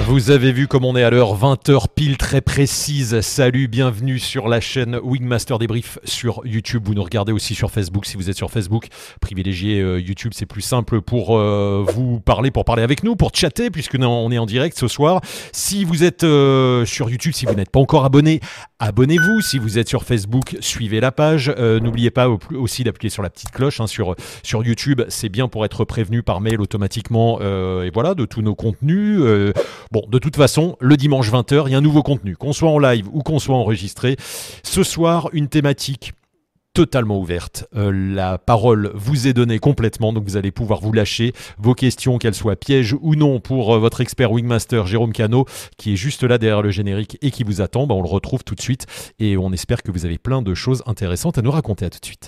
Vous avez vu comme on est à l'heure, 20h pile très précise. Salut, bienvenue sur la chaîne Wingmaster Débrief sur YouTube. Vous nous regardez aussi sur Facebook. Si vous êtes sur Facebook, privilégiez YouTube, c'est plus simple pour vous parler, pour parler avec nous, pour chatter, puisque on est en direct ce soir. Si vous êtes sur YouTube, si vous n'êtes pas encore abonné, abonnez-vous. Si vous êtes sur Facebook, suivez la page. N'oubliez pas aussi d'appuyer sur la petite cloche sur YouTube. C'est bien pour être prévenu par mail automatiquement et voilà, de tous nos contenus. Bon, de toute façon, le dimanche 20h, il y a un nouveau contenu, qu'on soit en live ou qu'on soit enregistré. Ce soir, une thématique totalement ouverte. La parole vous est donnée complètement, donc vous allez pouvoir vous lâcher vos questions, qu'elles soient pièges ou non, pour votre expert Wingmaster Jérôme Cano, qui est juste là derrière le générique et qui vous attend. On le retrouve tout de suite et on espère que vous avez plein de choses intéressantes à nous raconter. À tout de suite.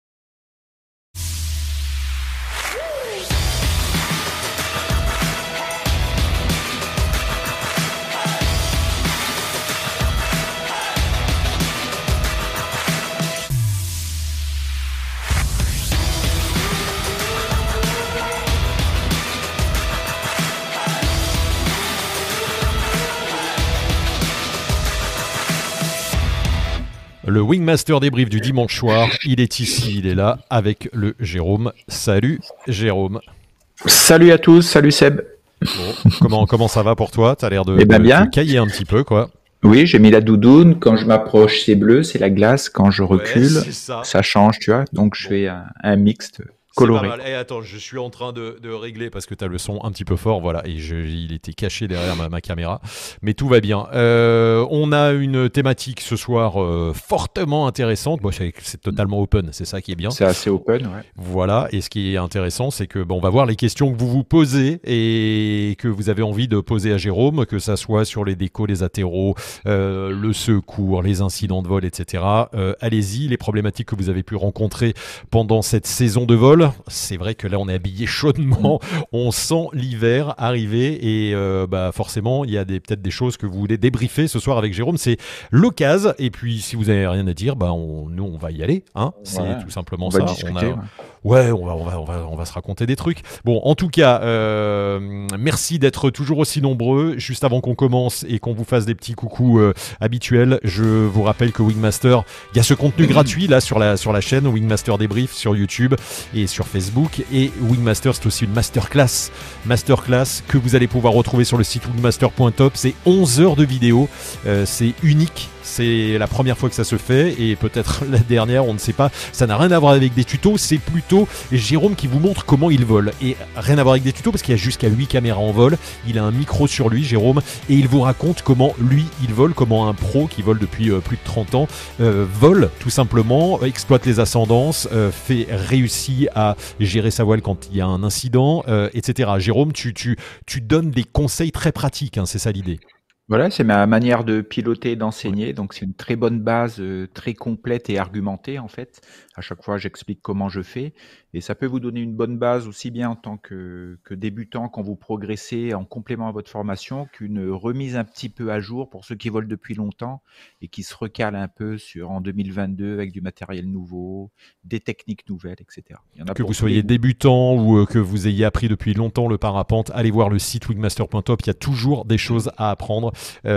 Le Wingmaster Débrief du dimanche soir, il est ici, il est là avec le Jérôme. Salut Jérôme. Salut à tous, salut Seb. Bon, comment ça va pour toi? T'as l'air de cailler un petit peu, quoi. Oui, j'ai mis la doudoune. Quand je m'approche, c'est bleu, c'est la glace. Quand je recule, ça change, tu vois. Donc je fais un mixte coloré. C'est pas mal. Attends, je suis en train de régler parce que tu as le son un petit peu fort, voilà, et il était caché derrière ma caméra, mais tout va bien. On a une thématique ce soir fortement intéressante. Bon, c'est totalement open, c'est ça qui est bien. C'est assez open, ouais. Voilà, et ce qui est intéressant, c'est que on va voir les questions que vous vous posez et que vous avez envie de poser à Jérôme, que ça soit sur les décos, les atterros, le secours, les incidents de vol, etc. Allez-y, les problématiques que vous avez pu rencontrer pendant cette saison de vol. C'est vrai que là on est habillé chaudement, on sent l'hiver arriver et forcément il y a peut-être des choses que vous voulez débriefer ce soir avec Jérôme, c'est l'occasion. Et puis si vous n'avez rien à dire, nous on va y aller, hein. C'est tout simplement ça. On va se raconter des trucs. Bon, en tout cas, merci d'être toujours aussi nombreux. Juste avant qu'on commence et qu'on vous fasse des petits coucous habituels, je vous rappelle que Wingmaster, il y a ce contenu gratuit là sur la chaîne Wingmaster Débrief sur YouTube et sur Facebook, et Wingmaster c'est aussi une masterclass que vous allez pouvoir retrouver sur le site wingmaster.top. C'est 11 heures de vidéo, c'est unique, c'est la première fois que ça se fait et peut-être la dernière, on ne sait pas. Ça n'a rien à voir avec des tutos, c'est plutôt Jérôme qui vous montre comment il vole, et rien à voir avec des tutos parce qu'il y a jusqu'à 8 caméras en vol, il a un micro sur lui Jérôme, et il vous raconte comment lui il vole, comment un pro qui vole depuis plus de 30 ans vole tout simplement, exploite les ascendances, réussit à gérer sa voile quand il y a un incident, etc. Jérôme, tu donnes des conseils très pratiques, hein, c'est ça l'idée. Voilà, c'est ma manière de piloter et d'enseigner. Donc c'est une très bonne base, très complète et argumentée en fait. À chaque fois, j'explique comment je fais. Et ça peut vous donner une bonne base aussi bien en tant que débutant quand vous progressez en complément à votre formation, qu'une remise un petit peu à jour pour ceux qui volent depuis longtemps et qui se recalent un peu en 2022 avec du matériel nouveau, des techniques nouvelles, etc. Que vous soyez débutant ou que vous ayez appris depuis longtemps le parapente, allez voir le site wingmaster.top, il y a toujours des choses à apprendre.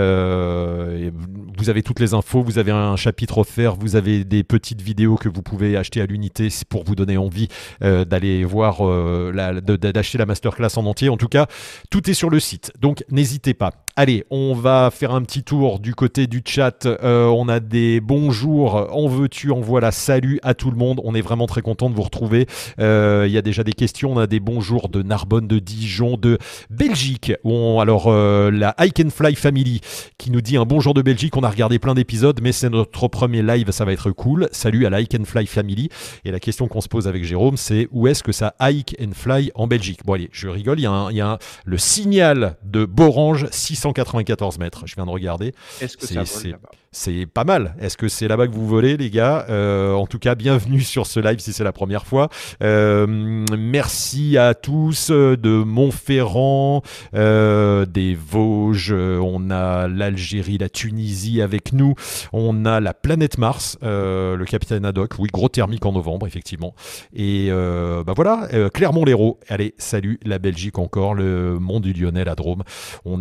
Vous avez toutes les infos, vous avez un chapitre offert, vous avez des petites vidéos que vous pouvez acheter à l'unité pour vous donner envie d'aller voir d'acheter la masterclass en entier. En tout cas, tout est sur le site, donc n'hésitez pas. Allez, on va faire un petit tour du côté du chat. On a des bonjours, en veux-tu, en voilà, salut à tout le monde. On est vraiment très content de vous retrouver. Il y a déjà des questions. On a des bonjours de Narbonne, de Dijon, de Belgique. La Hike and Fly Family qui nous dit un bonjour de Belgique. On a regardé plein d'épisodes, mais c'est notre premier live, ça va être cool. Salut à la Hike and Fly Family. Et la question qu'on se pose avec Jérôme, c'est où est-ce que ça hike and fly en Belgique? Bon allez, je rigole, il y a le signal de Borange, 694 mètres. Je viens de regarder. Est-ce que ça vole là-bas? C'est pas mal. Est-ce que c'est là-bas que vous volez, les gars? En tout cas, bienvenue sur ce live si c'est la première fois. Merci à tous de Montferrand, des Vosges. On a l'Algérie, la Tunisie avec nous. On a la planète Mars, le capitaine Haddock. Oui, gros thermique en novembre, effectivement. Et Clermont-Lérault. Allez, salut la Belgique encore, le Mont du Lyonnais, la Drôme. On est très content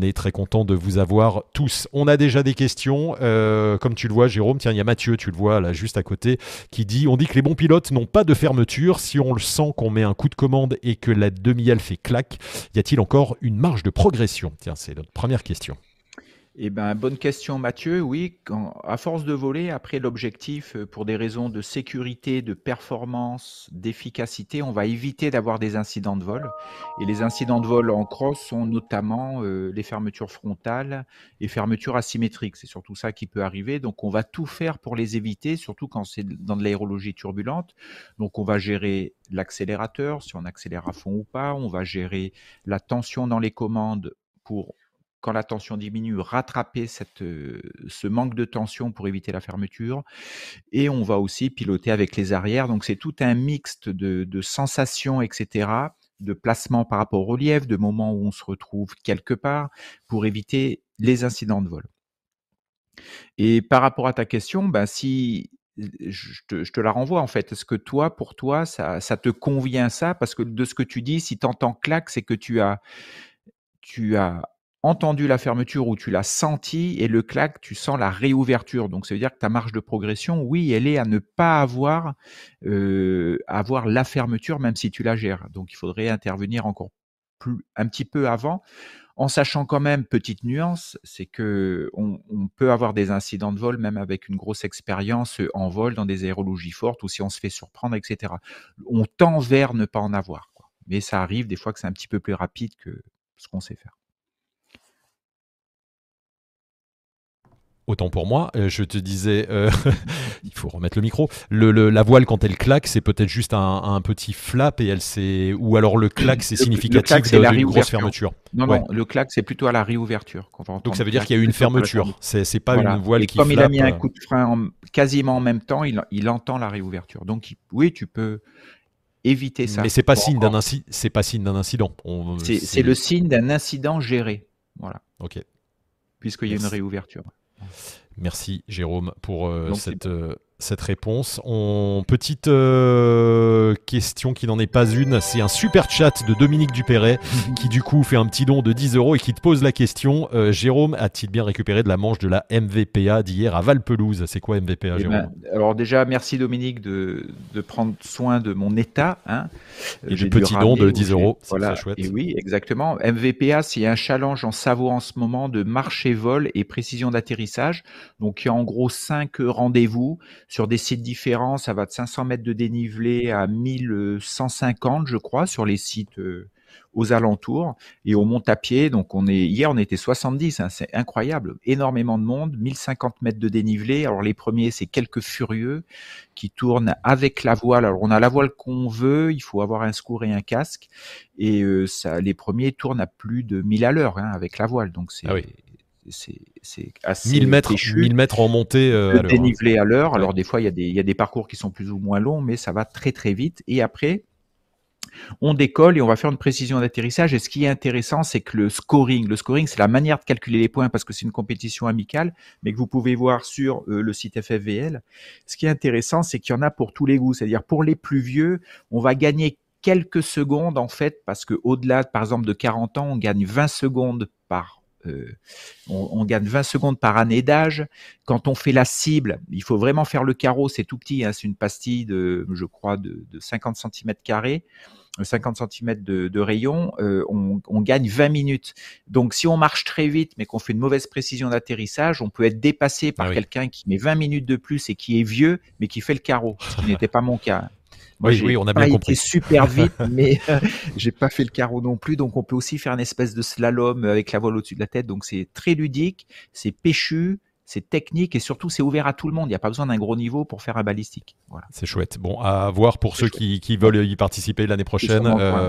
content de vous avoir tous. On a déjà des questions, comme tu le vois Jérôme, tiens il y a Mathieu, tu le vois là juste à côté, qui dit, on dit que les bons pilotes n'ont pas de fermeture, si on le sent qu'on met un coup de commande et que la demi-aile fait clac, y a-t-il encore une marge de progression? Tiens, c'est notre première question. Eh ben, bonne question, Mathieu. Oui, à force de voler, après l'objectif, pour des raisons de sécurité, de performance, d'efficacité, on va éviter d'avoir des incidents de vol. Et les incidents de vol en cross sont notamment les fermetures frontales et fermetures asymétriques. C'est surtout ça qui peut arriver. Donc, on va tout faire pour les éviter, surtout quand c'est dans de l'aérologie turbulente. Donc, on va gérer l'accélérateur, si on accélère à fond ou pas. On va gérer la tension dans les commandes pour, quand la tension diminue, rattraper ce manque de tension pour éviter la fermeture. Et on va aussi piloter avec les arrières. Donc, c'est tout un mixte de sensations, etc., de placement par rapport au relief, de moments où on se retrouve quelque part pour éviter les incidents de vol. Et par rapport à ta question, si je te la renvoie en fait. Est-ce que toi, pour toi, ça te convient ça? Parce que de ce que tu dis, si tu entends clac, c'est que tu as entendu la fermeture ou tu l'as senti, et le clac, tu sens la réouverture. Donc, ça veut dire que ta marge de progression, oui, elle est à ne pas avoir la fermeture, même si tu la gères. Donc, il faudrait intervenir encore un petit peu avant, en sachant quand même, petite nuance, c'est que on peut avoir des incidents de vol même avec une grosse expérience en vol dans des aérologies fortes, ou si on se fait surprendre, etc. On tend vers ne pas en avoir, quoi. Mais ça arrive des fois que c'est un petit peu plus rapide que ce qu'on sait faire. Autant pour moi, je te disais, il faut remettre le micro. La voile, quand elle claque, c'est peut-être juste un petit flap ou alors le clac, c'est significatif d'une grosse fermeture. Non, le clac, c'est plutôt à la réouverture qu'on va entendre. Donc ça veut dire qu'il y a eu une fermeture. C'est pas une voile qui flappe. Comme il a mis un coup de frein quasiment en même temps, il entend la réouverture. Donc oui, tu peux éviter ça. Mais c'est pas signe d'un incident. C'est le signe d'un incident géré. Voilà. Ok. Puisqu'il y a une réouverture. Merci Jérôme pour cette réponse. Petite question qui n'en est pas une, c'est un super chat de Dominique Dupéret qui du coup fait un petit don de 10 € et qui te pose la question, Jérôme a-t-il bien récupéré de la manche de la MVPA d'hier à Valpelouse? C'est quoi MVPA, Jérôme? Alors déjà, merci Dominique de prendre soin de mon état. Et du petit don de 10 €, c'est très chouette. Et oui, exactement. MVPA, c'est un challenge en Savoie en ce moment de marche et vol et précision d'atterrissage. Donc il y a en gros 5 rendez-vous sur des sites différents. Ça va de 500 mètres de dénivelé à 1150, je crois, sur les sites aux alentours, et on monte à pied. Donc hier on était 70, c'est incroyable, énormément de monde, 1050 mètres de dénivelé. Alors les premiers, c'est quelques furieux qui tournent avec la voile. Alors on a la voile qu'on veut, il faut avoir un secours et un casque, et les premiers tournent à plus de 1000 à l'heure avec la voile. Donc c'est assez 1000 mètres en montée à l'heure. Dénivelé à l'heure. Alors des fois il y a des parcours qui sont plus ou moins longs, mais ça va très très vite. Et après on décolle et on va faire une précision d'atterrissage. Et ce qui est intéressant, c'est que le scoring, c'est la manière de calculer les points, parce que c'est une compétition amicale, mais que vous pouvez voir sur le site FFVL. Ce qui est intéressant, c'est qu'il y en a pour tous les goûts. C'est-à-dire pour les plus vieux, on va gagner quelques secondes en fait, parce que au-delà, par exemple, de 40 ans, on gagne 20 secondes on gagne 20 secondes par année d'âge. Quand on fait la cible, il faut vraiment faire le carreau, c'est tout petit, c'est une pastille je crois, de 50 cm², 50 cm de rayon, on gagne 20 minutes. Donc si on marche très vite, mais qu'on fait une mauvaise précision d'atterrissage, on peut être dépassé par quelqu'un qui met 20 minutes de plus et qui est vieux, mais qui fait le carreau, ce qui n'était pas mon cas. Moi, oui, on a bien compris. J'ai super vite, mais j'ai pas fait le carreau non plus. Donc, on peut aussi faire une espèce de slalom avec la voile au-dessus de la tête. Donc, c'est très ludique, c'est péchu, c'est technique, et surtout, c'est ouvert à tout le monde. Il n'y a pas besoin d'un gros niveau pour faire un balistique. Voilà. C'est chouette. Bon, à voir pour ceux qui veulent y participer l'année prochaine.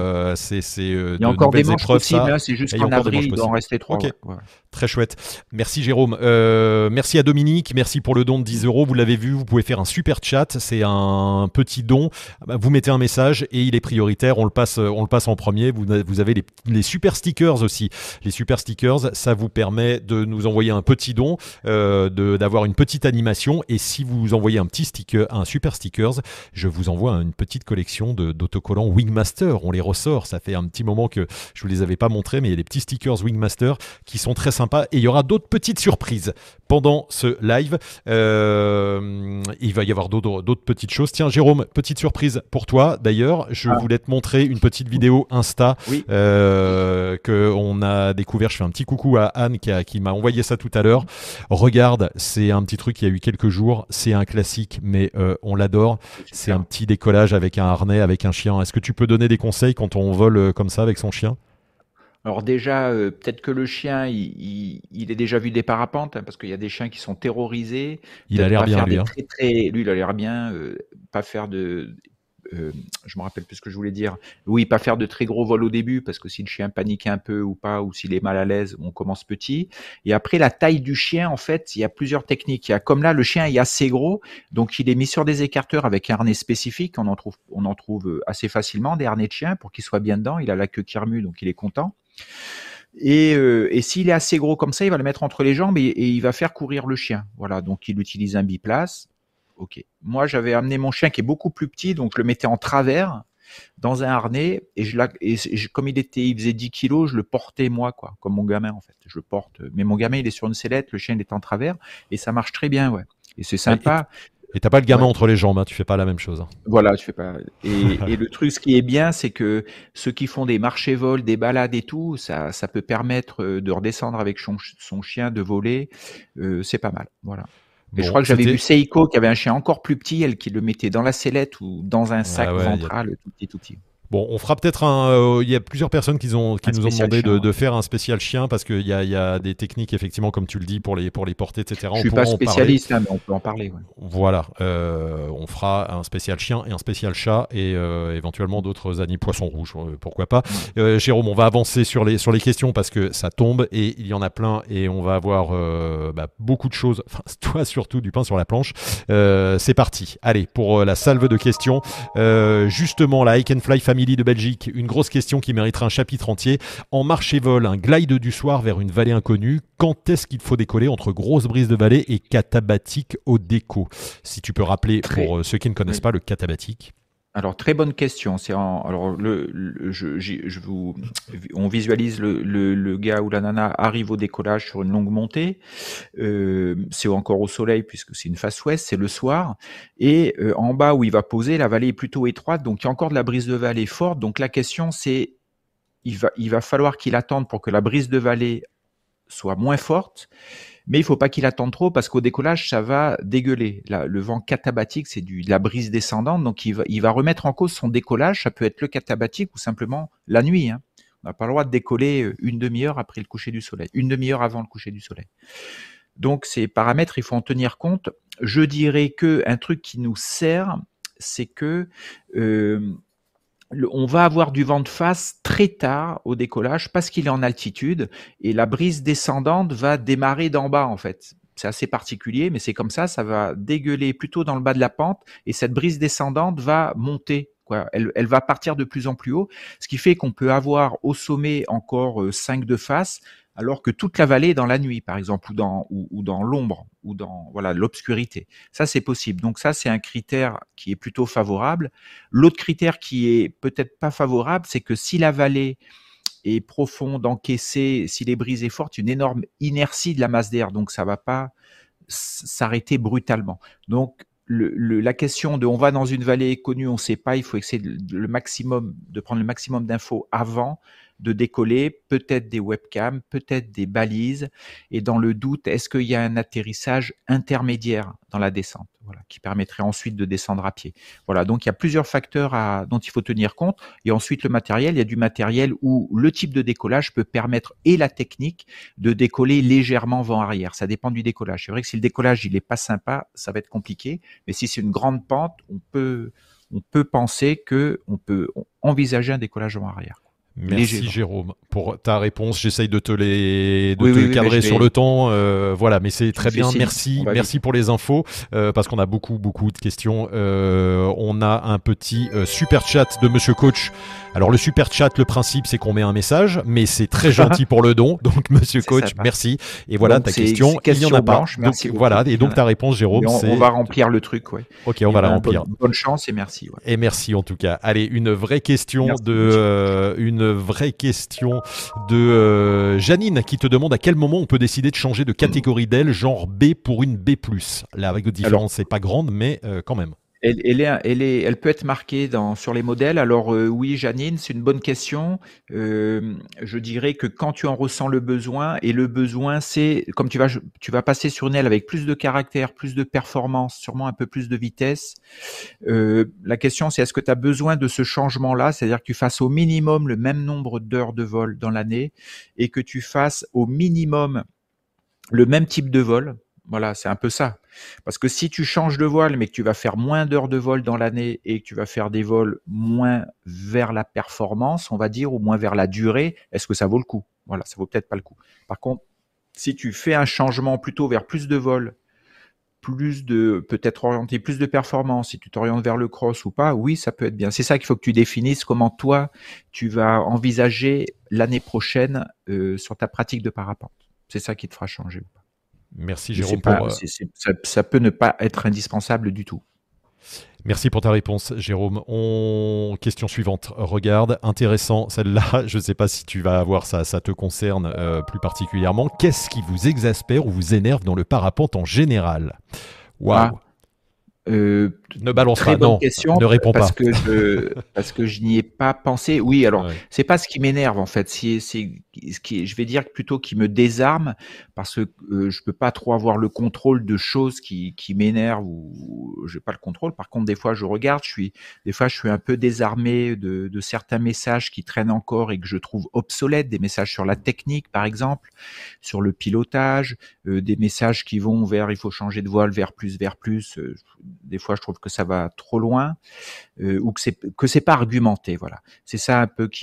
Il y a encore des manches possibles, c'est juste qu'en avril, il doit en rester 3. Okay. Ouais. Très chouette. Merci Jérôme. Merci à Dominique. Merci pour le don de 10 €. Vous l'avez vu, vous pouvez faire un super chat. C'est un petit don. Vous mettez un message et il est prioritaire. On le passe en premier. Vous avez les super stickers aussi. Les super stickers, ça vous permet de nous envoyer un petit don. d'avoir une petite animation. Et si vous envoyez un super stickers, je vous envoie une petite collection d'autocollants Wingmaster. On les ressort. Ça fait un petit moment que je vous les avais pas montrés, mais il y a des petits stickers Wingmaster qui sont très sympas. Et il y aura d'autres petites surprises pendant ce live. Il va y avoir d'autres petites choses. Tiens, Jérôme, petite surprise pour toi. D'ailleurs, je voulais te montrer une petite vidéo Insta qu'on a découvert. Je fais un petit coucou à Anne qui m'a envoyé ça tout à l'heure. Regarde, c'est un petit truc qui a eu quelques jours. C'est un classique, mais on l'adore. C'est un petit décollage avec un harnais, avec un chien. Est-ce que tu peux donner des conseils quand on vole comme ça avec son chien ? Alors déjà, peut-être que le chien, il est déjà vu des parapentes, hein, parce qu'il y a des chiens qui sont terrorisés. Il a l'air bien, lui. Lui, il a l'air bien. Pas faire de... je me rappelle plus ce que je voulais dire. Oui, pas faire de très gros vols au début, parce que si le chien panique un peu ou pas, ou s'il est mal à l'aise, on commence petit. Et après, la taille du chien, en fait, il y a plusieurs techniques. Il y a, comme là, le chien est assez gros, donc il est mis sur des écarteurs avec un harnais spécifique. On en trouve assez facilement, des harnais de chien, pour qu'il soit bien dedans. Il a la queue qui remue, donc il est content. Et s'il est assez gros comme ça, il va le mettre entre les jambes et il va faire courir le chien. Voilà, donc il utilise un biplace. Ok. Moi, j'avais amené mon chien qui est beaucoup plus petit, donc je le mettais en travers dans un harnais et comme il faisait 10 kilos, je le portais moi, quoi, comme mon gamin en fait. Je le porte, mais mon gamin il est sur une sellette, le chien il est en travers et ça marche très bien, ouais. Et c'est sympa. Et t'as pas le gamin entre les jambes, hein, tu fais pas la même chose. Voilà, tu fais pas. Et le truc, ce qui est bien, c'est que ceux qui font des marchés-vols, des balades et tout, ça peut permettre de redescendre avec son chien, de voler. C'est pas mal, voilà. Et je crois que j'avais vu Seiko qui avait un chien encore plus petit, elle qui le mettait dans la sellette ou dans un sac ventral, tout petit. Bon, on fera peut-être il y a plusieurs personnes qui nous ont demandé de faire un spécial chien parce qu'il y a des techniques, effectivement, comme tu le dis, pour les porter, etc. Je suis pas spécialiste, hein, mais on peut en parler. Ouais. Voilà. On fera un spécial chien et un spécial chat et éventuellement d'autres animaux, poissons rouges, pourquoi pas. Jérôme, on va avancer sur les questions parce que ça tombe et il y en a plein et on va avoir beaucoup de choses. Enfin, toi surtout, du pain sur la planche. C'est parti. Allez, pour la salve de questions. Justement, la Hike and Fly Family de Belgique, une grosse question qui mériterait un chapitre entier. En marche et vol, un glide du soir vers une vallée inconnue, quand est-ce qu'il faut décoller entre grosse brise de vallée et catabatique au déco ? Si tu peux rappeler pour ceux qui ne connaissent pas le catabatique. Alors, très bonne question. On visualise le gars ou la nana arrive au décollage sur une longue montée. C'est encore au soleil puisque c'est une face ouest, c'est le soir. Et en bas où il va poser, la vallée est plutôt étroite, donc il y a encore de la brise de vallée forte. Donc la question c'est, il va falloir qu'il attende pour que la brise de vallée soit moins forte. Mais il ne faut pas qu'il attende trop parce qu'au décollage, ça va dégueuler. Le vent catabatique, c'est de la brise descendante, donc il va remettre en cause son décollage. Ça peut être le catabatique ou simplement la nuit. Hein. On n'a pas le droit de décoller une demi-heure après le coucher du soleil, une demi-heure avant le coucher du soleil. Donc ces paramètres, il faut en tenir compte. Je dirais qu'un truc qui nous sert, c'est que on va avoir du vent de face très tard au décollage parce qu'il est en altitude et la brise descendante va démarrer d'en bas en fait. C'est assez particulier, mais c'est comme ça va dégueuler plutôt dans le bas de la pente et cette brise descendante va monter. Elle va partir de plus en plus haut, ce qui fait qu'on peut avoir au sommet encore 5 de face, alors que toute la vallée est dans la nuit, par exemple, ou dans l'ombre, ou dans l'obscurité. Ça, c'est possible. Donc ça, c'est un critère qui est plutôt favorable. L'autre critère qui est peut-être pas favorable, c'est que si la vallée est profonde, encaissée, si les brises est forte, une énorme inertie de la masse d'air, donc ça va pas s'arrêter brutalement. Donc la question de on va dans une vallée connue, on ne sait pas, il faut essayer de prendre le maximum d'infos avant de décoller, peut-être des webcams, peut-être des balises, et dans le doute, est-ce qu'il y a un atterrissage intermédiaire dans la descente, qui permettrait ensuite de descendre à pied. Voilà, donc il y a plusieurs facteurs dont il faut tenir compte, et ensuite le matériel, il y a du matériel où le type de décollage peut permettre, et la technique, de décoller légèrement vent-arrière, ça dépend du décollage. C'est vrai que si le décollage il est pas sympa, ça va être compliqué, mais si c'est une grande pente, on peut penser qu'on peut envisager un décollage vent-arrière. Merci Jérôme pour ta réponse. J'essaye de te cadrer sur le temps. Voilà, mais c'est très bien. Merci pour les infos parce qu'on a beaucoup de questions. On on a un petit super chat de Monsieur Coach. Alors le super chat, le principe c'est qu'on met un message, mais c'est très gentil pour le don. Donc Monsieur Coach, merci. Et voilà donc, ta question. Il n'y en a pas. Merci donc voilà. Et donc ta réponse, Jérôme, on va remplir le truc, ouais. Ok, on va la remplir. Bonne chance et merci. Ouais. Et merci en tout cas. Allez, une vraie question de Janine qui te demande à quel moment on peut décider de changer de catégorie d'aile, genre B pour une B+. La différence n'est pas grande, mais quand même. Elle peut être marquée sur les modèles. Alors oui, Janine, c'est une bonne question. Je dirais que quand tu en ressens le besoin, et le besoin, c'est comme tu vas passer sur une aile avec plus de caractère, plus de performance, sûrement un peu plus de vitesse. La question, c'est est-ce que tu as besoin de ce changement-là, c'est-à-dire que tu fasses au minimum le même nombre d'heures de vol dans l'année et que tu fasses au minimum le même type de vol. Voilà, c'est un peu ça. Parce que si tu changes de voile, mais que tu vas faire moins d'heures de vol dans l'année et que tu vas faire des vols moins vers la performance, on va dire, ou moins vers la durée, est-ce que ça vaut le coup? Voilà, ça vaut peut-être pas le coup. Par contre, si tu fais un changement plutôt vers plus de vol, peut-être orienter plus de performance, si tu t'orientes vers le cross ou pas, oui, ça peut être bien. C'est ça qu'il faut que tu définisses comment toi, tu vas envisager l'année prochaine sur ta pratique de parapente. C'est ça qui te fera changer. Merci Jérôme. Ça peut ne pas être indispensable du tout. Merci pour ta réponse, Jérôme. Question suivante. Regarde, intéressant, celle-là, je ne sais pas si tu vas avoir ça te concerne plus particulièrement. Qu'est-ce qui vous exaspère ou vous énerve dans le parapente en général? Waouh. Ne balance pas, non, question, ne réponds pas. Parce que je n'y ai pas pensé. Oui, alors, c'est pas ce qui m'énerve, en fait. Je vais dire plutôt qui me désarme, parce que je peux pas trop avoir le contrôle de choses qui m'énervent ou j'ai pas le contrôle. Par contre, des fois, je regarde, des fois, je suis un peu désarmé de certains messages qui traînent encore et que je trouve obsolètes, des messages sur la technique, par exemple, sur le pilotage, des messages qui vont vers, il faut changer de voile vers plus, des fois, je trouve que ça va trop loin ou que c'est pas argumenté. Voilà, c'est ça un peu qui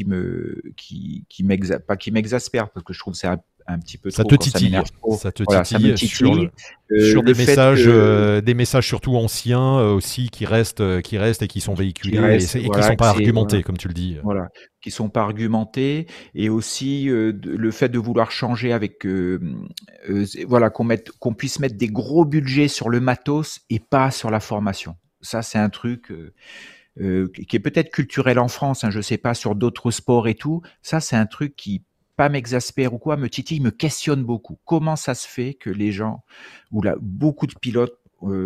m'exaspère parce que je trouve que c'est un petit peu trop. Ça te titille. Ça me titille sur des messages surtout anciens aussi qui restent et qui sont véhiculés et qui sont pas argumentés, comme tu le dis. Voilà, qui sont pas argumentés, et aussi le fait de vouloir changer avec qu'on puisse mettre des gros budgets sur le matos et pas sur la formation. Ça, c'est un truc qui est peut-être culturel en France, hein, je sais pas, sur d'autres sports et tout. Ça, c'est un truc qui pas m'exaspère ou quoi, me titille, me questionne beaucoup. Comment ça se fait que les gens, beaucoup de pilotes,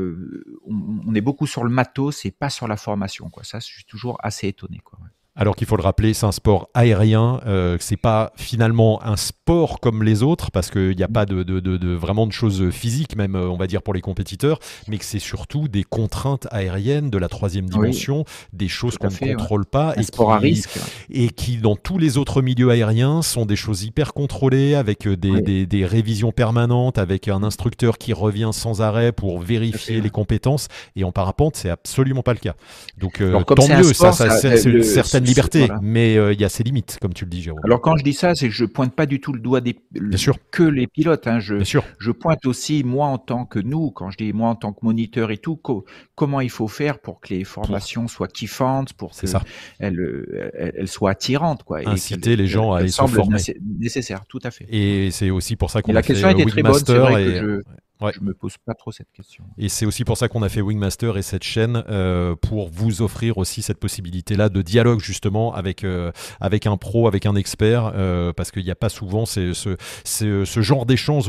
on est beaucoup sur le matos et pas sur la formation, quoi. Ça, je suis toujours assez étonné, quoi. Alors qu'il faut le rappeler, c'est un sport aérien, c'est pas finalement un sport comme les autres, parce qu'il n'y a pas vraiment de choses physiques, même on va dire pour les compétiteurs, mais que c'est surtout des contraintes aériennes de la troisième dimension, des choses qu'on ne contrôle pas, un sport à risque, et qui dans tous les autres milieux aériens sont des choses hyper contrôlées, avec des révisions permanentes, avec un instructeur qui revient sans arrêt pour vérifier les compétences, et en parapente c'est absolument pas le cas. Donc tant mieux, c'est une certaine liberté, mais il y a ses limites, comme tu le dis, Jérôme. Alors quand je dis ça, c'est que je pointe pas du tout le doigt que les pilotes. Hein. Je pointe aussi moi en tant que quand je dis moi en tant que moniteur et tout, comment il faut faire pour que les formations soient kiffantes, pour qu'elles soient attirantes, quoi. Inciter les gens à aller se former. Nécessaire, tout à fait. Et c'est aussi pour ça qu'on a fait Wingmaster je me pose pas trop cette question. Et c'est aussi pour ça qu'on a fait Wingmaster et cette chaîne, pour vous offrir aussi cette possibilité-là de dialogue justement avec un pro, avec un expert, parce qu'il n'y a pas souvent ce genre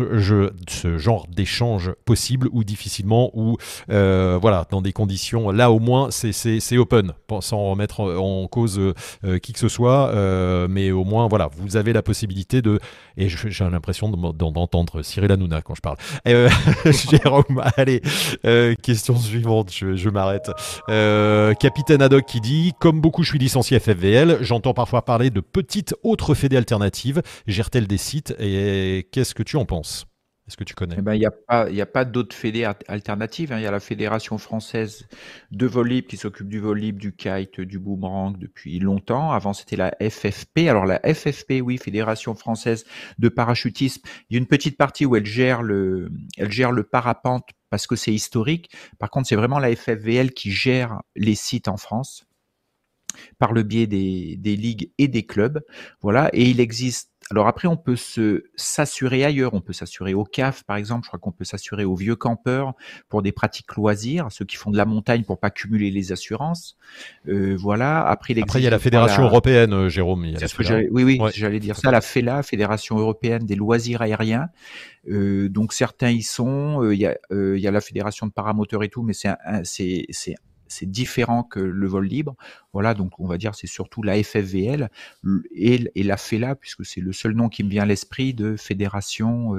d'échange possible ou difficilement, ou dans des conditions. Là au moins c'est open, sans remettre en cause qui que ce soit, mais au moins voilà, vous avez la possibilité et j'ai l'impression d'entendre Cyril Hanouna quand je parle. Jérôme, allez, question suivante, je m'arrête. Capitaine Haddock qui dit: comme beaucoup, je suis licencié FFVL, j'entends parfois parler de petites autres fédés alternatives, gère-t-elle des sites, et qu'est-ce que tu en penses? Est-ce que tu connais? Il n'y a pas d'autres fédés alternatives. Il y a la Fédération française de vol libre qui s'occupe du vol libre, du kite, du boomerang depuis longtemps. Avant, c'était la FFP. Alors la FFP, oui, Fédération française de parachutisme. Il y a une petite partie où elle gère le parapente parce que c'est historique. Par contre, c'est vraiment la FFVL qui gère les sites en France par le biais des ligues et des clubs. Voilà, et il existe. Alors après, on peut s'assurer ailleurs. On peut s'assurer au CAF, par exemple. Je crois qu'on peut s'assurer aux vieux campeurs pour des pratiques loisirs, ceux qui font de la montagne pour pas cumuler les assurances. Voilà. Après, il y a la Fédération européenne, Jérôme. C'est ce que oui, ouais. J'allais dire ça. La FELA, Fédération européenne des loisirs aériens. Donc certains y sont. Il y a la Fédération de paramoteurs et tout, mais c'est différent que le vol libre. Voilà, donc on va dire c'est surtout la FFVL et la FELA, puisque c'est le seul nom qui me vient à l'esprit de fédération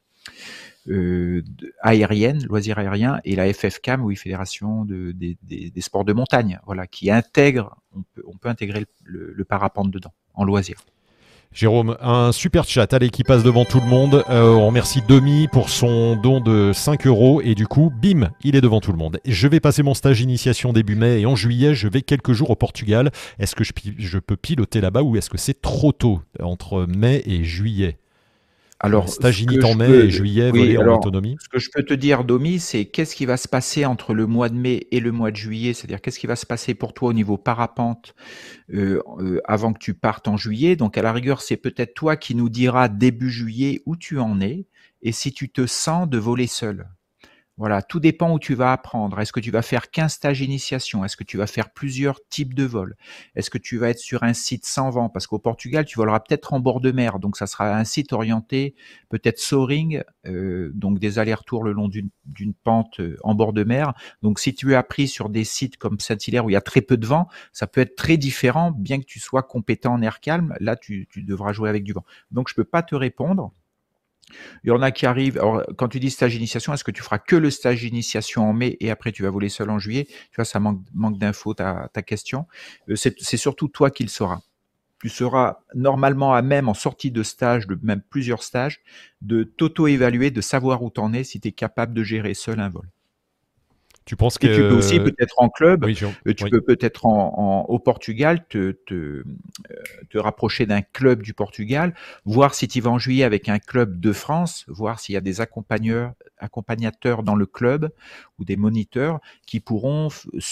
aérienne, loisirs aériens, et la FFCAM, oui, fédération des sports de montagne, voilà, qui intègre, on peut intégrer le parapente dedans, en loisir. Jérôme, un super chat, allez, qui passe devant tout le monde. On remercie Domi pour son don de 5 € et du coup, bim, il est devant tout le monde. Je vais passer mon stage d'initiation début mai et en juillet, je vais quelques jours au Portugal. Est-ce que je peux piloter là-bas ou est-ce que c'est trop tôt entre mai et juillet? Alors, stage init en mai et juillet, voler en autonomie. Ce que je peux te dire, Domi, c'est qu'est-ce qui va se passer entre le mois de mai et le mois de juillet, c'est-à-dire qu'est-ce qui va se passer pour toi au niveau parapente avant que tu partes en juillet. Donc à la rigueur, c'est peut-être toi qui nous diras début juillet où tu en es et si tu te sens de voler seul. Voilà, tout dépend où tu vas apprendre. Est-ce que tu vas faire qu'un stage initiation? Est-ce que tu vas faire plusieurs types de vols? Est-ce que tu vas être sur un site sans vent? Parce qu'au Portugal, tu voleras peut-être en bord de mer, donc ça sera un site orienté peut-être soaring, donc des allers-retours le long d'une pente en bord de mer. Donc si tu es appris sur des sites comme Saint-Hilaire où il y a très peu de vent, ça peut être très différent, bien que tu sois compétent en air calme. Là, tu devras jouer avec du vent. Donc je peux pas te répondre. Il y en a qui arrivent. Alors, quand tu dis stage d'initiation, est-ce que tu feras que le stage d'initiation en mai et après tu vas voler seul en juillet? Tu vois, ça manque d'infos ta question. C'est surtout toi qui le sauras. Tu seras normalement à même en sortie de stage, de même plusieurs stages, de t'auto-évaluer, de savoir où t'en es si tu es capable de gérer seul un vol. Tu penses que tu peux aussi peut-être en club, oui, tu peux peut-être au Portugal te rapprocher d'un club du Portugal, voir si tu vas en juillet avec un club de France, voir s'il y a des accompagnateurs dans le club ou des moniteurs qui pourront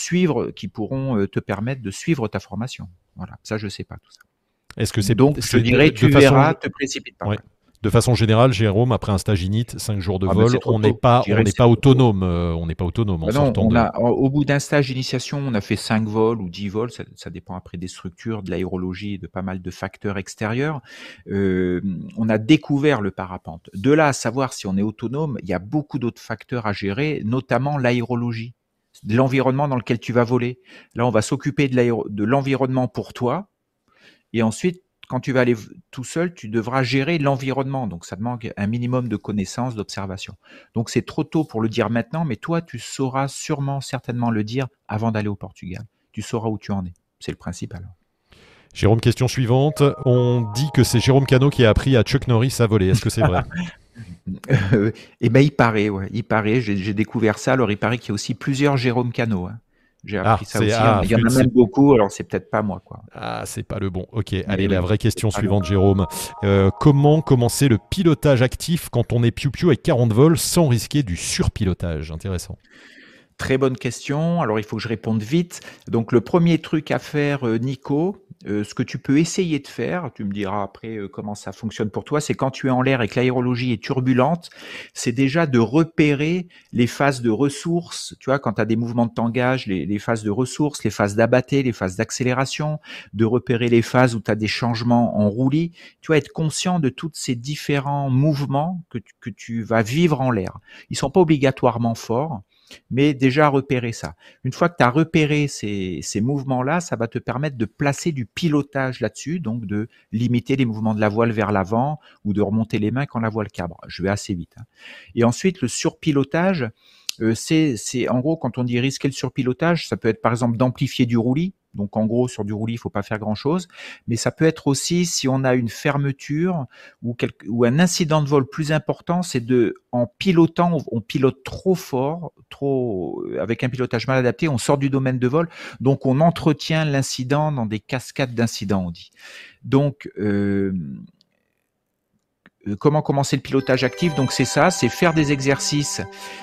te permettre de suivre ta formation. Voilà, ça je sais pas tout ça. Est-ce que c'est donc je dirais tu verras, te précipite pas. Ouais. De façon générale, Jérôme, après un stage init, 5 jours de vol, on n'est pas autonome. On n'est pas autonome en sortant au bout d'un stage d'initiation, on a fait 5 vols ou 10 vols, ça dépend après des structures, de l'aérologie et de pas mal de facteurs extérieurs. On a découvert le parapente. De là à savoir si on est autonome, il y a beaucoup d'autres facteurs à gérer, notamment l'aérologie, de l'environnement dans lequel tu vas voler. Là, on va s'occuper de l'environnement pour toi, et ensuite, quand tu vas aller tout seul, tu devras gérer l'environnement. Donc, ça demande un minimum de connaissances, d'observation. Donc, c'est trop tôt pour le dire maintenant, mais toi, tu sauras certainement le dire avant d'aller au Portugal. Tu sauras où tu en es. C'est le principal. Jérôme, question suivante. On dit que c'est Jérôme Cano qui a appris à Chuck Norris à voler. Est-ce que c'est vrai? Eh ben, il paraît, ouais. Il paraît. J'ai découvert ça. Alors, il paraît qu'il y a aussi plusieurs Jérôme Cano. Hein. J'ai appris ça aussi. Il y en a même beaucoup, alors c'est peut-être pas moi, quoi. Ah, c'est pas le bon. Ok, allez, la vraie question suivante, Jérôme. Comment commencer le pilotage actif quand on est piou-piou avec 40 vols sans risquer du surpilotage? Intéressant. Très bonne question. Alors, il faut que je réponde vite. Donc, le premier truc à faire, Nico, ce que tu peux essayer de faire, tu me diras après comment ça fonctionne pour toi, c'est quand tu es en l'air et que l'aérologie est turbulente, c'est déjà de repérer les phases de ressources. Tu vois, quand tu as des mouvements de tangage, les phases de ressources, les phases d'abatté, les phases d'accélération, de repérer les phases où tu as des changements en roulis. Tu vas être conscient de tous ces différents mouvements que tu vas vivre en l'air. Ils sont pas obligatoirement forts, mais déjà repérer ça. Une fois que tu as repéré ces mouvements-là, ça va te permettre de placer du pilotage là-dessus, donc de limiter les mouvements de la voile vers l'avant ou de remonter les mains quand la voile cabre. Je vais assez vite. Hein. Et ensuite, le surpilotage, c'est en gros, quand on dit risquer le surpilotage, ça peut être par exemple d'amplifier du roulis. Donc en gros, sur du roulis, il faut pas faire grand-chose. Mais ça peut être aussi si on a une fermeture ou un incident de vol plus important, c'est en pilotant, on pilote trop fort, avec un pilotage mal adapté, on sort du domaine de vol, donc on entretient l'incident dans des cascades d'incidents, on dit. Donc comment commencer le pilotage actif? Donc c'est ça, c'est faire des exercices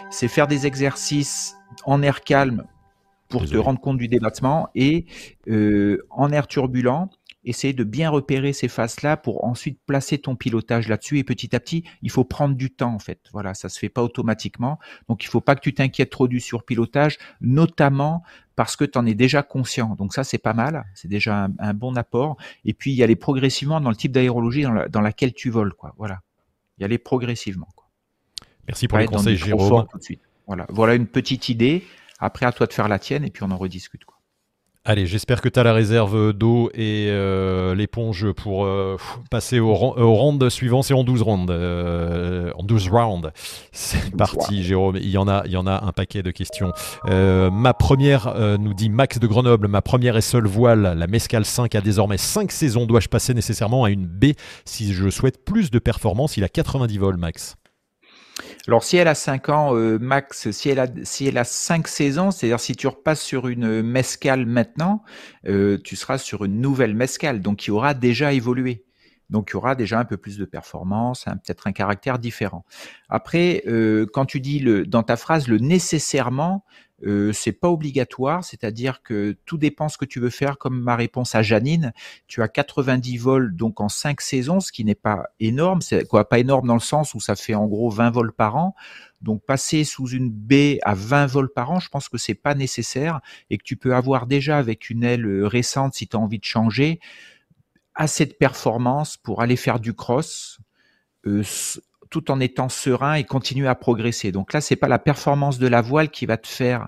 en air calme pour te rendre compte du débattement et en air turbulent, essayer de bien repérer ces phases-là pour ensuite placer ton pilotage là-dessus et petit à petit, il faut prendre du temps en fait. Voilà, ça se fait pas automatiquement. Donc il faut pas que tu t'inquiètes trop du surpilotage, notamment parce que tu en es déjà conscient. Donc ça c'est pas mal, c'est déjà un bon apport. Et puis il y a les progressivement dans le type d'aérologie dans laquelle tu voles, quoi. Voilà, il y a les progressivement, quoi. Merci pour les conseils, Jérôme. Jérôme. Tout de suite. Voilà une petite idée. Après, à toi de faire la tienne et puis on en rediscute, quoi. Allez, j'espère que tu as la réserve d'eau et l'éponge pour passer au round suivant. C'est en 12 rounds. En 12 rounds. C'est parti, Jérôme. Il y en a un paquet de questions. Ma première, nous dit Max de Grenoble, ma première et seule voile, la Mescal 5, a désormais 5 saisons. Dois-je passer nécessairement à une B si je souhaite plus de performance? Il a 90 vols, Max. Alors, si elle a 5 ans, max, si elle a 5 saisons, c'est-à-dire si tu repasses sur une Mescal maintenant, tu seras sur une nouvelle Mescal, donc qui aura déjà évolué. Donc, il y aura déjà un peu plus de performance, peut-être un caractère différent. Après, quand tu dis dans ta phrase le nécessairement, c'est pas obligatoire, c'est-à-dire que tout dépend ce que tu veux faire. Comme ma réponse à Janine, tu as 90 vols donc en 5 saisons, ce qui n'est pas énorme. C'est quoi, pas énorme dans le sens où ça fait en gros 20 vols par an. Donc passer sous une baie à 20 vols par an, je pense que c'est pas nécessaire et que tu peux avoir déjà avec une aile récente, si tu as envie de changer, assez de performance pour aller faire du cross, tout en étant serein et continuer à progresser. Donc là, c'est pas la performance de la voile qui va te faire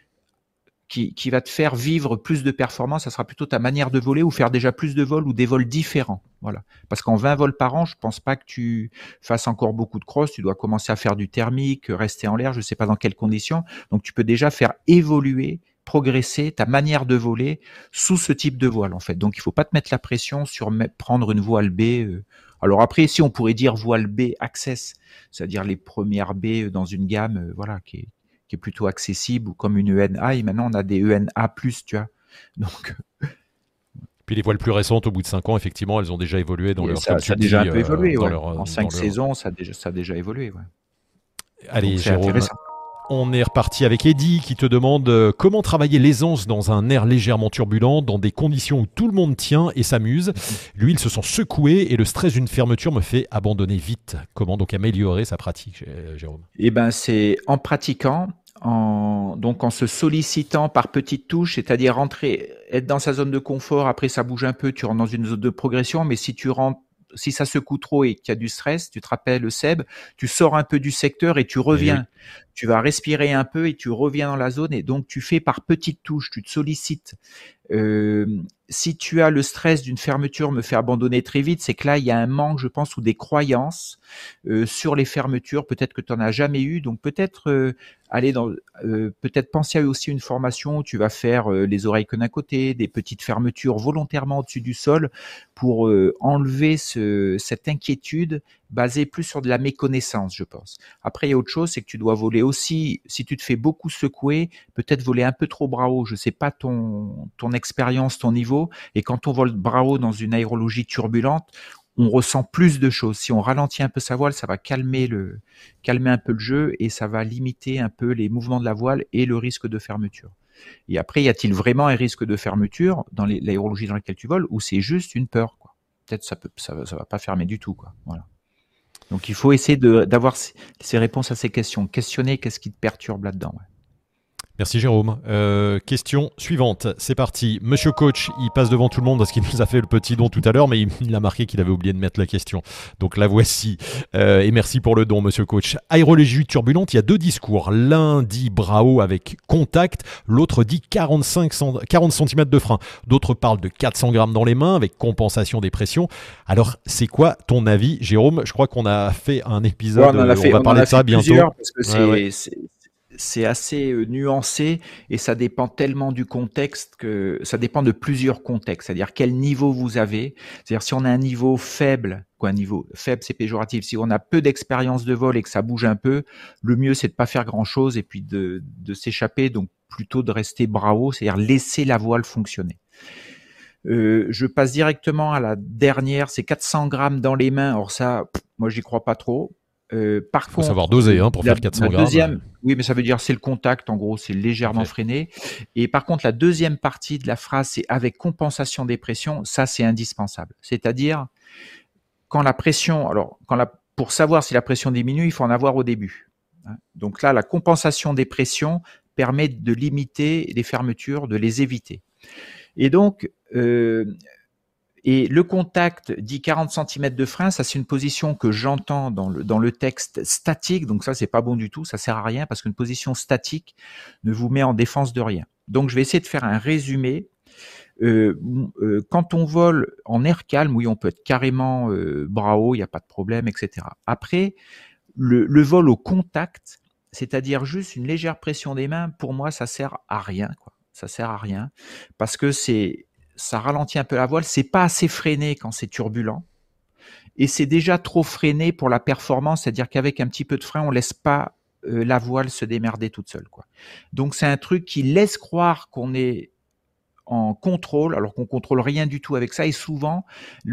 vivre plus de performance, ça sera plutôt ta manière de voler ou faire déjà plus de vols ou des vols différents. Voilà. Parce qu'en 20 vols par an, je pense pas que tu fasses encore beaucoup de cross, tu dois commencer à faire du thermique, rester en l'air, je sais pas dans quelles conditions. Donc tu peux déjà faire évoluer, progresser ta manière de voler sous ce type de voile en fait. Donc il faut pas te mettre la pression sur prendre une voile B. Alors après, si on pourrait dire voile B access, c'est-à-dire les premières B dans une gamme, voilà, qui est plutôt accessible, ou comme une ENA, et maintenant on a des ENA+, tu vois. Donc, puis les voiles plus récentes, au bout de 5 ans, effectivement, elles ont déjà évolué dans leur... Ça a déjà un peu évolué, ouais. En 5 leur... saisons, ça a déjà évolué, ouais. Allez, donc, Jérôme, on est reparti avec Eddy qui te demande comment travailler l'aisance dans un air légèrement turbulent, dans des conditions où tout le monde tient et s'amuse. Lui, il se sent secoué et le stress d'une fermeture me fait abandonner vite. Comment donc améliorer sa pratique, Jérôme? Eh ben, c'est en pratiquant, donc en se sollicitant par petites touches, c'est-à-dire être dans sa zone de confort, après ça bouge un peu, tu rentres dans une zone de progression, mais si ça secoue trop et qu'il y a du stress, tu te rappelles Seb, tu sors un peu du secteur et tu reviens. Oui. Tu vas respirer un peu et tu reviens dans la zone et donc tu fais par petites touches, tu te sollicites. Si tu as le stress d'une fermeture me fait abandonner très vite, c'est que là, il y a un manque, je pense, ou des croyances sur les fermetures. Peut-être que tu n'en as jamais eu. Donc peut-être peut-être penser à aussi une formation où tu vas faire les oreilles que d'un côté, des petites fermetures volontairement au-dessus du sol pour enlever cette inquiétude basée plus sur de la méconnaissance, je pense. Après, il y a autre chose, c'est que tu dois voler aussi, si tu te fais beaucoup secouer, peut-être voler un peu trop bras haut. Je sais pas ton expérience, ton niveau. Et quand on vole bras haut dans une aérologie turbulente, on ressent plus de choses. Si on ralentit un peu sa voile, ça va calmer un peu le jeu et ça va limiter un peu les mouvements de la voile et le risque de fermeture. Et après, y a-t-il vraiment un risque de fermeture dans l'aérologie dans laquelle tu voles ou c'est juste une peur, quoi? Peut-être ça va pas fermer du tout, quoi. Voilà. Donc il faut essayer d'avoir ces réponses à ces questions. Questionner qu'est-ce qui te perturbe là-dedans. Ouais. Merci Jérôme. Question suivante, c'est parti. Monsieur Coach, il passe devant tout le monde parce qu'il nous a fait le petit don tout à l'heure, mais il a marqué qu'il avait oublié de mettre la question. Donc la voici. Et merci pour le don, Monsieur Coach. Aérologie turbulente, il y a deux discours. L'un dit bras haut avec contact, l'autre dit 40 cm de frein. D'autres parlent de 400 grammes dans les mains avec compensation des pressions. Alors, c'est quoi ton avis, Jérôme? Je crois qu'on a fait un épisode, on va parler de ça bientôt. Parce que c'est assez nuancé et ça dépend tellement du contexte que ça dépend de plusieurs contextes. C'est-à-dire quel niveau vous avez. C'est-à-dire si on a un niveau faible, un niveau faible c'est péjoratif, si on a peu d'expérience de vol et que ça bouge un peu, le mieux c'est de pas faire grand-chose et puis de s'échapper, donc plutôt de rester bras haut, c'est-à-dire laisser la voile fonctionner. Je passe directement à la dernière, c'est 400 grammes dans les mains. Alors ça, moi, j'y crois pas trop. Par Il faut contre, savoir doser pour faire 400 la grammes. deuxième, oui, mais ça veut dire c'est le contact, en gros, c'est légèrement freiné. Et par contre, la deuxième partie de la phrase, c'est avec compensation des pressions. Ça, c'est indispensable. C'est-à-dire, quand la pression, pour savoir si la pression diminue, il faut en avoir au début. Donc là, la compensation des pressions permet de limiter les fermetures, de les éviter. Et donc, et le contact dit 40 cm de frein, ça c'est une position que j'entends dans le texte statique, donc ça c'est pas bon du tout, ça sert à rien parce qu'une position statique ne vous met en défense de rien. Donc je vais essayer de faire un résumé. Quand on vole en air calme, oui on peut être carrément bras haut, il n'y a pas de problème, etc. Après, le vol au contact, c'est-à-dire juste une légère pression des mains, pour moi ça sert à rien, quoi. Ça sert à rien parce que ça ralentit un peu la voile, c'est pas assez freiné quand c'est turbulent, et c'est déjà trop freiné pour la performance, c'est-à-dire qu'avec un petit peu de frein, on laisse pas la voile se démerder toute seule, quoi. Donc c'est un truc qui laisse croire qu'on est en contrôle, alors qu'on contrôle rien du tout avec ça, et souvent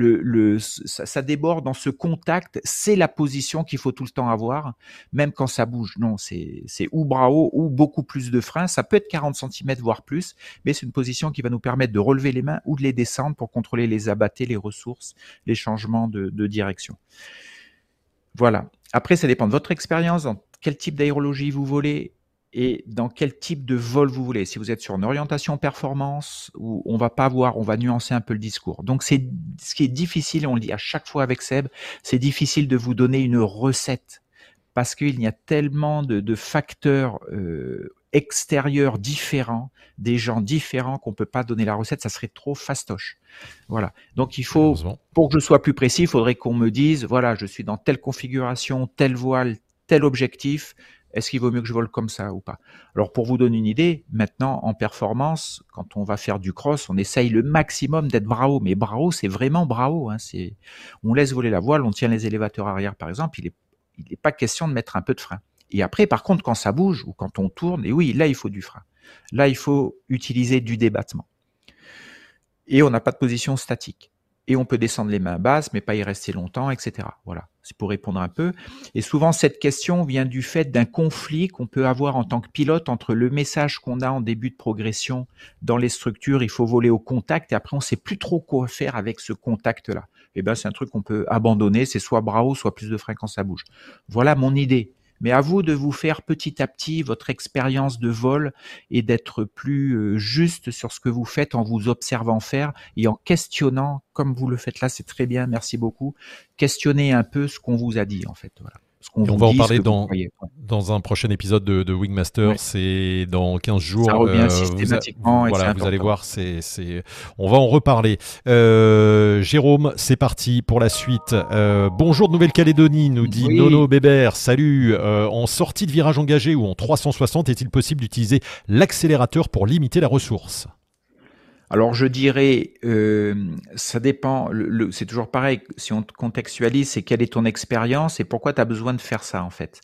ça déborde dans ce contact. C'est la position qu'il faut tout le temps avoir, même quand ça bouge. Non, c'est ou bras haut ou beaucoup plus de frein. Ça peut être 40 cm voire plus, mais c'est une position qui va nous permettre de relever les mains ou de les descendre pour contrôler les abattés, les ressources, les changements de direction. Voilà. Après, ça dépend de votre expérience, dans quel type d'aérologie vous volez et dans quel type de vol vous voulez. Si vous êtes sur une orientation performance, où on va nuancer un peu le discours. Donc c'est ce qui est difficile, et on le dit à chaque fois avec Seb, c'est difficile de vous donner une recette parce qu'il y a tellement de facteurs extérieurs différents, des gens différents, qu'on peut pas donner la recette, ça serait trop fastoche. Voilà. Donc il faut, pour que je sois plus précis, il faudrait qu'on me dise, voilà, je suis dans telle configuration, telle voile, tel objectif. Est-ce qu'il vaut mieux que je vole comme ça ou pas? Alors pour vous donner une idée, maintenant en performance, quand on va faire du cross, on essaye le maximum d'être bras haut, mais bras haut, c'est vraiment bras haut, hein. On laisse voler la voile, on tient les élévateurs arrière par exemple, il n'est pas question de mettre un peu de frein. Et après, par contre, quand ça bouge ou quand on tourne, et oui, là il faut du frein. Là il faut utiliser du débattement. Et on n'a pas de position statique. Et on peut descendre les mains basses, mais pas y rester longtemps, etc. Voilà, c'est pour répondre un peu. Et souvent, cette question vient du fait d'un conflit qu'on peut avoir en tant que pilote entre le message qu'on a en début de progression dans les structures, il faut voler au contact, et après, on ne sait plus trop quoi faire avec ce contact-là. Et ben, c'est un truc qu'on peut abandonner, c'est soit bras haut, soit plus de frein quand ça bouge. Voilà mon idée. Mais à vous de vous faire petit à petit votre expérience de vol et d'être plus juste sur ce que vous faites en vous observant faire et en questionnant, comme vous le faites là, c'est très bien, merci beaucoup. Questionnez un peu ce qu'on vous a dit en fait. Voilà. On va en parler dans un prochain épisode de Wingmaster, c'est dans 15 jours. Ça revient systématiquement. Voilà, vous allez voir, on va en reparler. Jérôme, c'est parti pour la suite. Bonjour de Nouvelle-Calédonie, nous dit Nono Bébert. Salut, en sortie de virage engagé ou en 360, est-il possible d'utiliser l'accélérateur pour limiter la ressource ? Alors je dirais, ça dépend, c'est toujours pareil, si on contextualise, c'est quelle est ton expérience et pourquoi tu as besoin de faire ça en fait.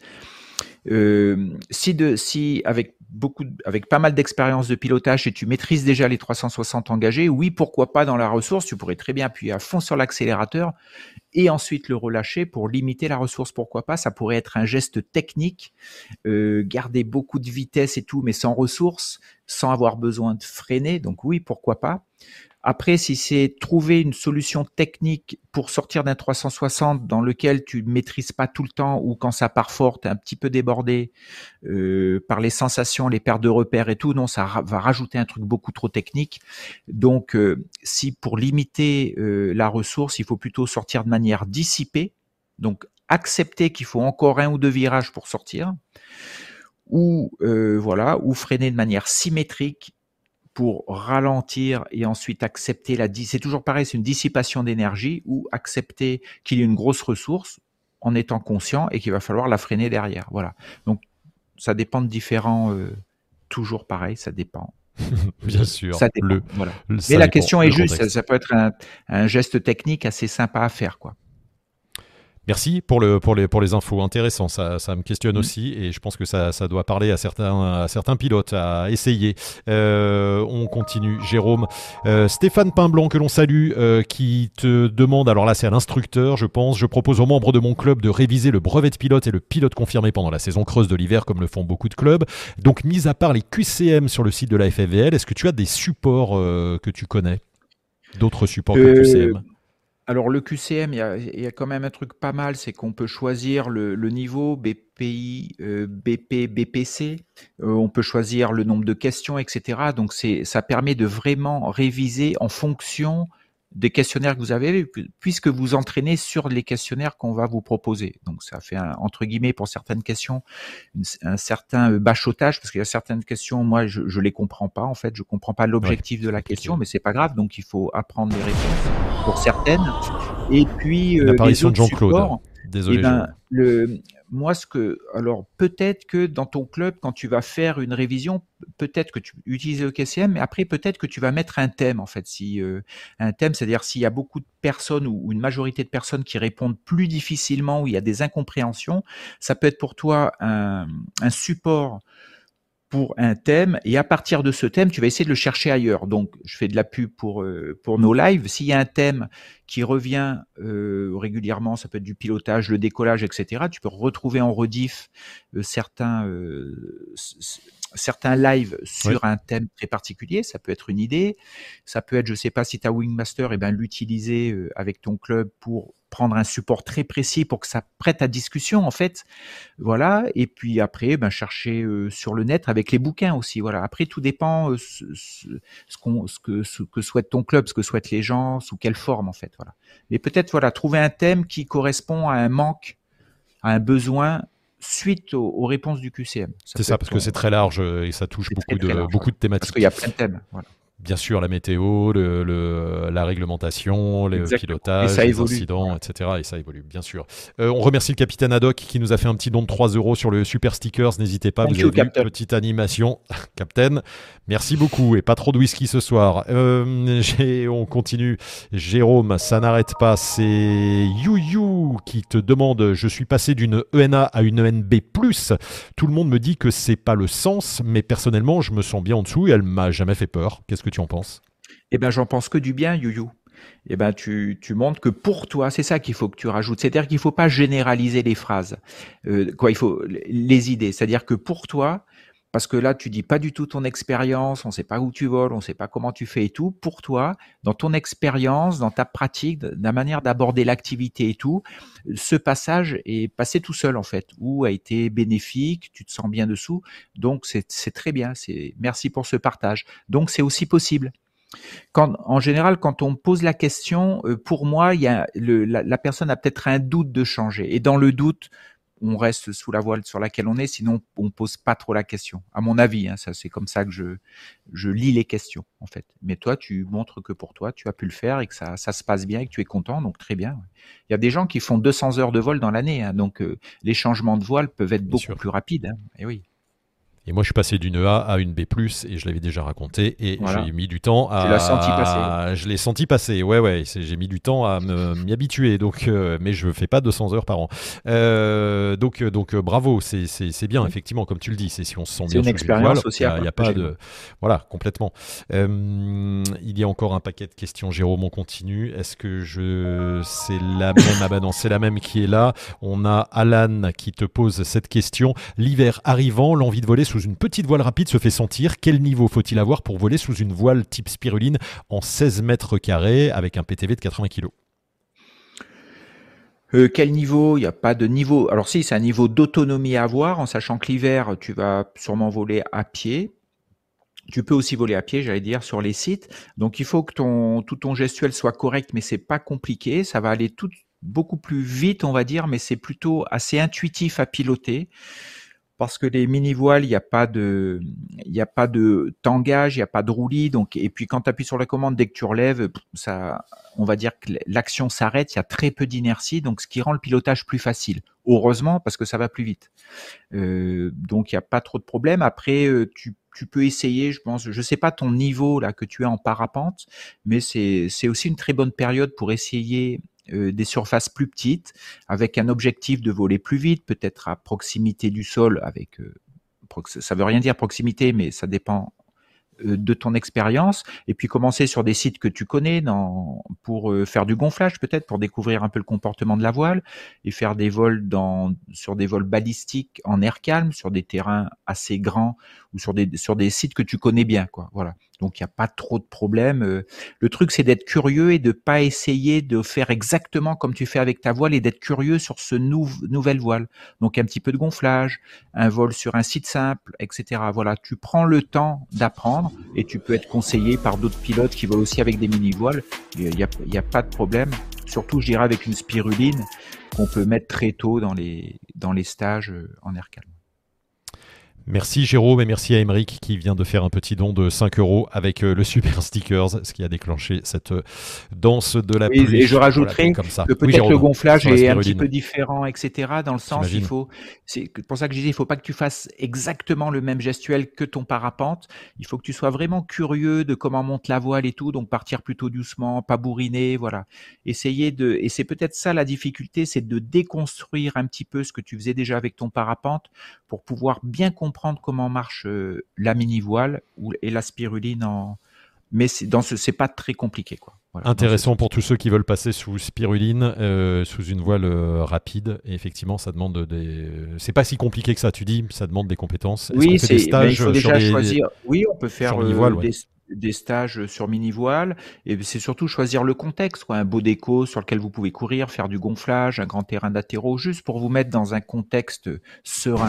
Si avec pas mal d'expérience de pilotage et tu maîtrises déjà les 360 engagés, oui, pourquoi pas dans la ressource, tu pourrais très bien appuyer à fond sur l'accélérateur et ensuite le relâcher pour limiter la ressource, pourquoi pas, ça pourrait être un geste technique, garder beaucoup de vitesse et tout, mais sans ressource, sans avoir besoin de freiner, donc oui, pourquoi pas. Après, si c'est trouver une solution technique pour sortir d'un 360 dans lequel tu ne maîtrises pas tout le temps ou quand ça part fort, tu es un petit peu débordé par les sensations, les pertes de repères et tout, non, ça va rajouter un truc beaucoup trop technique. Donc, si pour limiter la ressource, il faut plutôt sortir de manière dissipée, donc accepter qu'il faut encore 1 ou 2 virages pour sortir, ou freiner de manière symétrique pour ralentir et ensuite accepter c'est toujours pareil, c'est une dissipation d'énergie, ou accepter qu'il y ait une grosse ressource en étant conscient et qu'il va falloir la freiner derrière. Voilà. Donc, ça dépend de différents, toujours pareil, ça dépend. Bien sûr. Ça dépend. Mais la question est juste, ça peut être un geste technique assez sympa à faire, quoi. Merci pour les infos, intéressant, ça me questionne aussi et je pense que ça doit parler à certains pilotes à essayer. On continue, Jérôme. Stéphane Pinblanc, que l'on salue, qui te demande, alors là c'est à l'instructeur je pense, je propose aux membres de mon club de réviser le brevet de pilote et le pilote confirmé pendant la saison creuse de l'hiver comme le font beaucoup de clubs. Donc mis à part les QCM sur le site de la FFVL, est-ce que tu as des supports que tu connais? D'autres supports que le QCM? Alors le QCM, il y a quand même un truc pas mal, c'est qu'on peut choisir le niveau BPI, BP, BPC. On peut choisir le nombre de questions, etc. Donc ça permet de vraiment réviser en fonction des questionnaires que vous avez, puisque vous entraînez sur les questionnaires qu'on va vous proposer. Donc ça fait entre guillemets pour certaines questions un certain bachotage, parce qu'il y a certaines questions, moi je les comprends pas en fait, je comprends pas l'objectif de la question, mais c'est pas grave, donc il faut apprendre les réponses pour certaines. Et puis Une les apparition de autres Jean-Claude. supports, Désolé, Jérôme. moi alors peut-être que dans ton club, quand tu vas faire une révision, peut-être que tu utilises le KCM, mais après peut-être que tu vas mettre un thème en fait. Si un thème, c'est-à-dire s'il y a beaucoup de personnes ou une majorité de personnes qui répondent plus difficilement, où il y a des incompréhensions, ça peut être pour toi un support pour un thème, et à partir de ce thème, tu vas essayer de le chercher ailleurs. Donc, je fais de la pub pour nos lives. S'il y a un thème qui revient régulièrement, ça peut être du pilotage, le décollage, etc., tu peux retrouver en rediff certains lives sur un thème très particulier. Ça peut être une idée. Ça peut être, je sais pas, si tu as Wingmaster, et ben l'utiliser avec ton club pour prendre un support très précis pour que ça prête à discussion en fait, voilà. Et puis après chercher sur le net avec les bouquins aussi, voilà. Après tout dépend ce que souhaite ton club, ce que souhaitent les gens, sous quelle forme en fait, voilà. Mais peut-être voilà, trouver un thème qui correspond à un manque, à un besoin suite aux réponses du QCM. C'est ça, parce que c'est très large et ça touche beaucoup de thématiques. Parce qu'il y a plein de thèmes, voilà. Bien sûr, la météo, la réglementation, le pilotage, les incidents, voilà, etc. Et ça évolue, bien sûr. On remercie le capitaine Haddock qui nous a fait un petit don de 3 € sur le Super Stickers. N'hésitez pas, vous avez vu, petite animation. Captain, merci beaucoup. Et pas trop de whisky ce soir. On continue. Jérôme, ça n'arrête pas. C'est You qui te demande, je suis passé d'une ENA à une ENB+. Tout le monde me dit que c'est pas le sens, mais personnellement, je me sens bien en dessous et elle m'a jamais fait peur. Qu'est-ce que tu en penses? Eh ben, j'en pense que du bien, You. Eh ben, tu montres que pour toi, c'est ça qu'il faut que tu rajoutes. C'est-à-dire qu'il faut pas généraliser les phrases. Il faut les idées. C'est-à-dire que pour toi, parce que là, tu dis pas du tout ton expérience, on sait pas où tu voles, on sait pas comment tu fais et tout. Pour toi, dans ton expérience, dans ta pratique, dans la manière d'aborder l'activité et tout, ce passage est passé tout seul en fait, ou a été bénéfique, tu te sens bien dessous. Donc c'est très bien. Merci pour ce partage. Donc c'est aussi possible. En général, quand on me pose la question, pour moi, il y a la personne a peut-être un doute de changer. Et dans le doute, on reste sous la voile sur laquelle on est, sinon on pose pas trop la question. À mon avis, ça c'est comme ça que je lis les questions en fait. Mais toi, tu montres que pour toi, tu as pu le faire et que ça se passe bien et que tu es content, donc très bien. Il y a des gens qui font 200 heures de vol dans l'année, donc les changements de voile peuvent être beaucoup plus rapides. Et oui. Et moi, je suis passé d'une EA à une B+, et je l'avais déjà raconté, et voilà, j'ai mis du temps à... Tu l'as senti passer. Je l'ai senti passer, ouais, j'ai mis du temps à m'y habituer, donc, mais je ne fais pas 200 heures par an. Donc bravo, c'est bien, effectivement, comme tu le dis, si on se sent bien une expérience voile, aussi. Il n'y a pas de... Voilà, complètement. Il y a encore un paquet de questions, Jérôme, on continue. Est-ce que c'est la même? Ah bah non, c'est la même qui est là. On a Alan qui te pose cette question. L'hiver arrivant, l'envie de voler sous une petite voile rapide se fait sentir. Quel niveau faut-il avoir pour voler sous une voile type spiruline en 16 mètres carrés avec un PTV de 80 kg? Quel niveau? Il n'y a pas de niveau. Alors si, c'est un niveau d'autonomie à avoir, en sachant que l'hiver, tu vas sûrement voler à pied. Tu peux aussi voler à pied, j'allais dire, sur les sites. Donc il faut que tout ton gestuel soit correct, mais c'est pas compliqué. Ça va aller beaucoup plus vite, on va dire, mais c'est plutôt assez intuitif à piloter. Parce que les mini-voiles, il n'y a pas de tangage, il n'y a pas de roulis. Donc, et puis quand tu appuies sur la commande, dès que tu relèves, on va dire que l'action s'arrête, il y a très peu d'inertie, donc ce qui rend le pilotage plus facile. Heureusement, parce que ça va plus vite. Donc il n'y a pas trop de problème. Après, tu peux essayer, je pense, je sais pas ton niveau là que tu es en parapente, mais c'est aussi une très bonne période pour essayer des surfaces plus petites, avec un objectif de voler plus vite, peut-être à proximité du sol, avec ça veut rien dire proximité, mais ça dépend de ton expérience, et puis commencer sur des sites que tu connais pour faire du gonflage peut-être, pour découvrir un peu le comportement de la voile, et faire des vols sur des vols balistiques en air calme, sur des terrains assez grands, ou sur des sites que tu connais bien, quoi. Voilà. Donc il n'y a pas trop de problème. Le truc, c'est d'être curieux et de pas essayer de faire exactement comme tu fais avec ta voile, et d'être curieux sur ce nouvelle voile. Donc un petit peu de gonflage, un vol sur un site simple, etc. Voilà, tu prends le temps d'apprendre, et tu peux être conseillé par d'autres pilotes qui volent aussi avec des mini-voiles. Il y a pas de problème. Surtout, je dirais, avec une spiruline qu'on peut mettre très tôt dans les stages en air calme. Merci Jérôme, et merci à Émeric qui vient de faire un petit don de 5 euros avec le super stickers, ce qui a déclenché cette danse de la pluie. Et je rajouterais comme ça. que peut-être le gonflage est un petit peu spiruline. différent, etc. Dans le sens, c'est pour ça que je disais, il faut pas que tu fasses exactement le même gestuel que ton parapente. Il faut que tu sois vraiment curieux de comment monte la voile et tout, donc partir plutôt doucement, pas bourriner, voilà. Et c'est peut-être ça la difficulté, c'est de déconstruire un petit peu ce que tu faisais déjà avec ton parapente, pour pouvoir bien comprendre comment marche la mini-voile et la spiruline mais c'est pas très compliqué, quoi. Voilà, intéressant pour tous ceux qui veulent passer sous spiruline, sous une voile rapide. Et effectivement, ça demande c'est pas si compliqué que ça. Tu dis, ça demande des compétences. Oui, Est-ce qu'on fait des stages il faut déjà choisir. Oui, on peut faire ouais. des stages sur mini-voile, et c'est surtout choisir le contexte, quoi. Un beau déco sur lequel vous pouvez courir, faire du gonflage, un grand terrain d'atterro, juste pour vous mettre dans un contexte serein.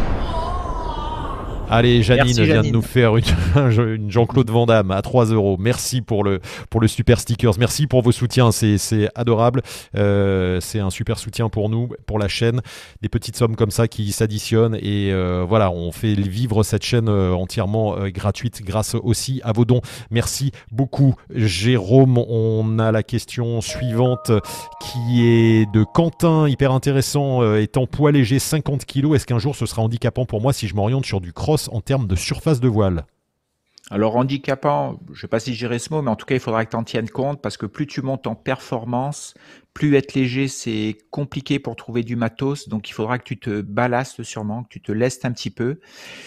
Allez, Janine vient de nous faire une Jean-Claude Van Damme à 3 euros. Merci pour le super stickers. Merci pour vos soutiens. C'est adorable. C'est un super soutien pour nous, pour la chaîne. Des petites sommes comme ça qui s'additionnent. Et voilà, on fait vivre cette chaîne entièrement gratuite grâce aussi à vos dons. Merci beaucoup, Jérôme. On a la question suivante qui est de Quentin, hyper intéressant. Étant poids léger, 50 kg, est-ce qu'un jour ce sera handicapant pour moi si je m'oriente sur du cross en termes de surface de voile? Alors handicapant, je ne sais pas si j'irai ce mot, mais en tout cas, il faudra que tu en tiennes compte, parce que plus tu montes en performance, plus être léger, c'est compliqué pour trouver du matos. Donc il faudra que tu te ballastes sûrement, que tu te lestes un petit peu.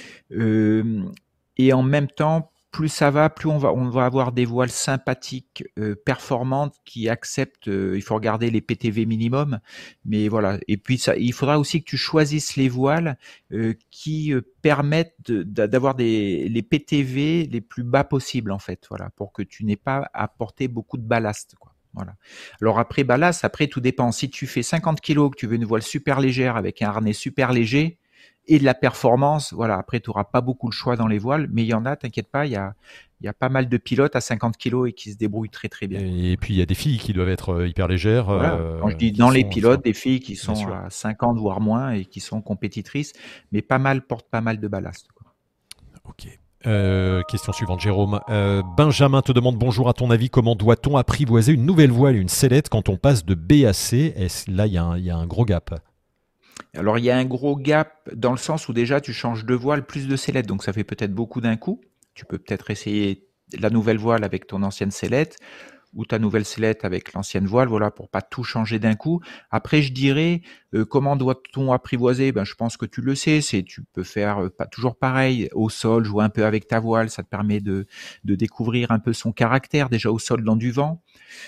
Et en même temps, plus ça va, plus on va avoir des voiles sympathiques, performantes, qui acceptent. Il faut regarder les PTV minimum, mais voilà. Et puis il faudra aussi que tu choisisses les voiles qui permettent d'avoir les PTV les plus bas possibles, en fait. Voilà, pour que tu n'aies pas à porter beaucoup de ballast, quoi. Voilà. Alors après ballast, tout dépend. Si tu fais 50 kg, que tu veux une voile super légère avec un harnais super léger et de la performance, voilà. Après, tu n'auras pas beaucoup le choix dans les voiles, mais il y en a, t'inquiète pas, il y a pas mal de pilotes à 50 kg et qui se débrouillent très très bien. Et puis il y a des filles qui doivent être hyper légères. Voilà. Quand je dis dans les pilotes, des filles qui sont à 50 voire moins et qui sont compétitrices, mais portent pas mal de ballast, quoi. Ok. Question suivante, Jérôme. Benjamin te demande: bonjour, à ton avis, comment doit-on apprivoiser une nouvelle voile, une sellette, quand on passe de B à C? Là, il y a un gros gap. Alors, il y a un gros gap dans le sens où déjà tu changes de voile plus de sellette, donc ça fait peut-être beaucoup d'un coup. Tu peux peut-être essayer la nouvelle voile avec ton ancienne sellette, ou ta nouvelle sellette avec l'ancienne voile, voilà, pour pas tout changer d'un coup. Après, je dirais, comment doit-on apprivoiser? Ben, je pense que tu le sais, tu peux faire pas toujours pareil au sol, jouer un peu avec ta voile, ça te permet de découvrir un peu son caractère déjà au sol dans du vent.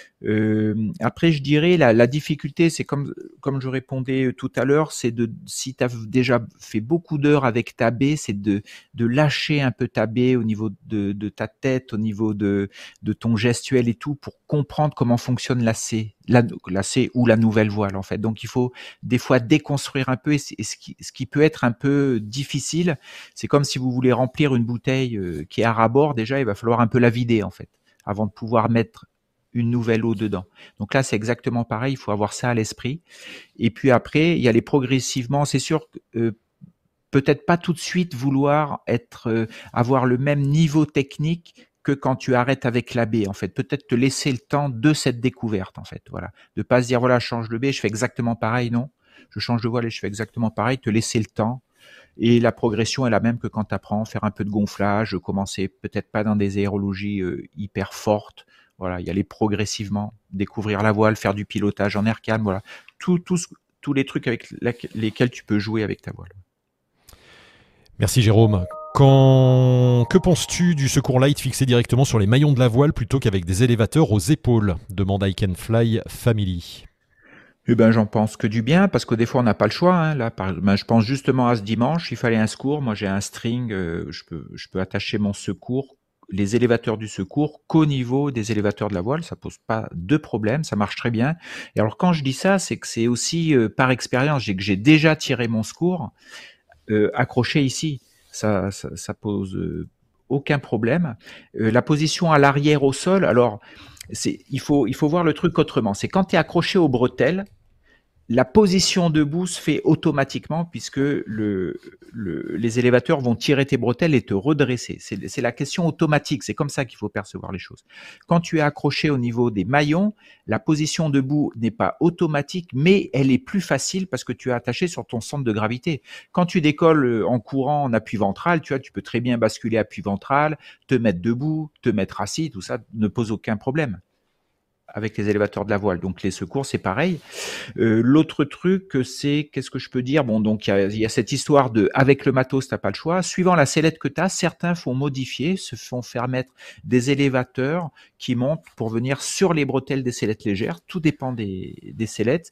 Après, je dirais la difficulté, c'est comme je répondais tout à l'heure, c'est si tu as déjà fait beaucoup d'heures avec ta baie, c'est de lâcher un peu ta baie au niveau de ta tête, au niveau de ton gestuel et tout, pour comprendre comment fonctionne la C ou la nouvelle voile, en fait. Donc il faut des fois déconstruire un peu, et ce qui peut être un peu difficile, c'est comme si vous voulez remplir une bouteille qui est à ras-bord. Déjà, il va falloir un peu la vider, en fait, avant de pouvoir mettre une nouvelle eau dedans. Donc là, c'est exactement pareil, il faut avoir ça à l'esprit. Et puis après, il y a les progressivement, c'est sûr que peut-être pas tout de suite vouloir avoir le même niveau technique que quand tu arrêtes avec la baie, en fait. Peut-être te laisser le temps de cette découverte, en fait. Voilà. De pas se dire, voilà, je change de baie, je fais exactement pareil. Non, je change de voile et je fais exactement pareil. Te laisser le temps. Et la progression est la même que quand tu apprends, faire un peu de gonflage, commencer peut-être pas dans des aérologies hyper fortes. Voilà, y aller progressivement, découvrir la voile, faire du pilotage en air calme, voilà. Tous les trucs avec lesquels tu peux jouer avec ta voile. Merci Jérôme. Que penses-tu du secours light fixé directement sur les maillons de la voile plutôt qu'avec des élévateurs aux épaules? Demande I Can Fly Family. Eh ben, j'en pense que du bien, parce que des fois on n'a pas le choix. Hein. Là, je pense justement à ce dimanche, il fallait un secours. Moi, j'ai un string, je peux attacher mon secours, les élévateurs du secours, qu'au niveau des élévateurs de la voile. Ça pose pas de problème, ça marche très bien. Et alors, quand je dis ça, c'est que c'est aussi par expérience. J'ai déjà tiré mon secours accroché ici. Ça pose aucun problème. La position à l'arrière au sol, alors il faut voir le truc autrement. C'est quand tu es accroché aux bretelles, la position debout se fait automatiquement puisque les élévateurs vont tirer tes bretelles et te redresser. C'est la question automatique, c'est comme ça qu'il faut percevoir les choses. Quand tu es accroché au niveau des maillons, la position debout n'est pas automatique, mais elle est plus facile parce que tu es attaché sur ton centre de gravité. Quand tu décolles en courant en appui ventral, tu peux très bien basculer appui ventral, te mettre debout, te mettre assis, tout ça ne pose aucun problème avec les élévateurs de la voile. Donc les secours, c'est pareil. L'autre truc, c'est, qu'est-ce que je peux dire? Bon, donc il y a cette histoire de, avec le matos, t'as pas le choix. Suivant la sellette que tu as, certains font modifier, se font faire mettre des élévateurs qui montent pour venir sur les bretelles des sellettes légères. Tout dépend des sellettes.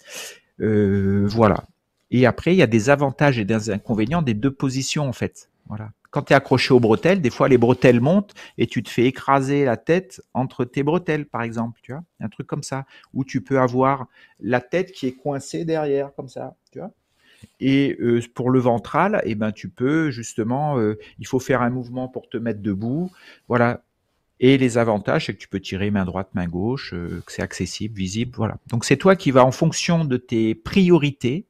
Voilà. Et après, il y a des avantages et des inconvénients des deux positions, en fait. Voilà. Quand tu es accroché aux bretelles, des fois les bretelles montent et tu te fais écraser la tête entre tes bretelles, par exemple, tu vois, un truc comme ça, où tu peux avoir la tête qui est coincée derrière, comme ça, tu vois. Et pour le ventral, eh ben, tu peux justement, il faut faire un mouvement pour te mettre debout, voilà. Et les avantages, c'est que tu peux tirer main droite, main gauche, que c'est accessible, visible, voilà. Donc c'est toi qui vas, en fonction de tes priorités,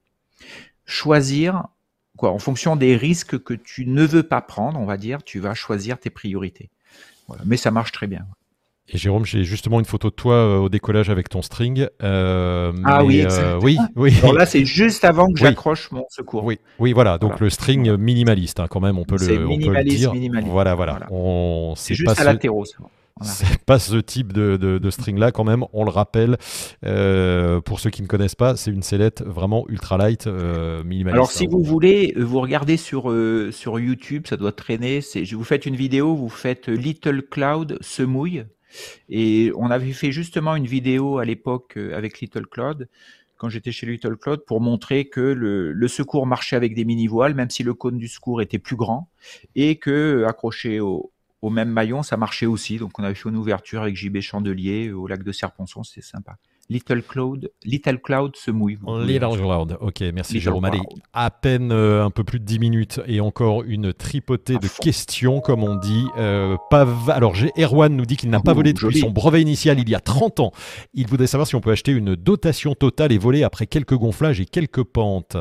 choisir, en fonction des risques que tu ne veux pas prendre, on va dire, tu vas choisir tes priorités. Voilà. Mais ça marche très bien. Et Jérôme, j'ai justement une photo de toi au décollage avec ton string. Oui, exactement. Oui. Alors là, c'est juste avant que j'accroche mon secours. Oui, voilà. Donc le string minimaliste, quand même, on peut le dire. Minimaliste. Voilà. C'est juste à latéraux. C'est pas ce type de string-là, quand même, on le rappelle. Pour ceux qui ne connaissent pas, c'est une sellette vraiment ultra light, minimaliste. Alors, si vous voulez, vous regardez sur YouTube, ça doit traîner. Vous faites une vidéo, vous faites Little Cloud se mouille. Et on avait fait justement une vidéo à l'époque avec Little Cloud, quand j'étais chez Little Cloud, pour montrer que le secours marchait avec des mini-voiles, même si le cône du secours était plus grand, et que accroché au même maillon, ça marchait aussi. Donc, on avait fait une ouverture avec JB Chandelier au lac de Serponçon, c'était sympa. Little Cloud se mouille. Little Cloud, ok, merci Jérôme. Allez, à peine un peu plus de 10 minutes et encore une tripotée de questions, comme on dit. Alors, Erwan nous dit qu'il n'a pas volé depuis son brevet initial il y a 30 ans. Il voudrait savoir si on peut acheter une dotation totale et voler après quelques gonflages et quelques pentes.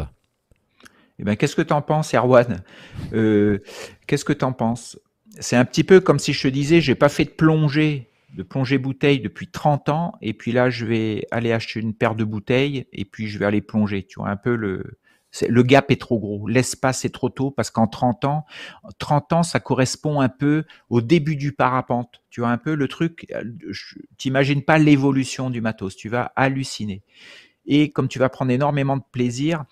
Eh ben, qu'est-ce que tu en penses, Erwan? Qu'est-ce que tu en penses? C'est un petit peu comme si je te disais, j'ai pas fait de plongée bouteille depuis 30 ans, et puis là, je vais aller acheter une paire de bouteilles, et puis je vais aller plonger. Tu vois, un peu le gap est trop gros. L'espace est trop tôt, parce qu'en 30 ans, ça correspond un peu au début du parapente. Tu vois, un peu le truc, t'imagines pas l'évolution du matos. Tu vas halluciner. Et comme tu vas prendre énormément de plaisir,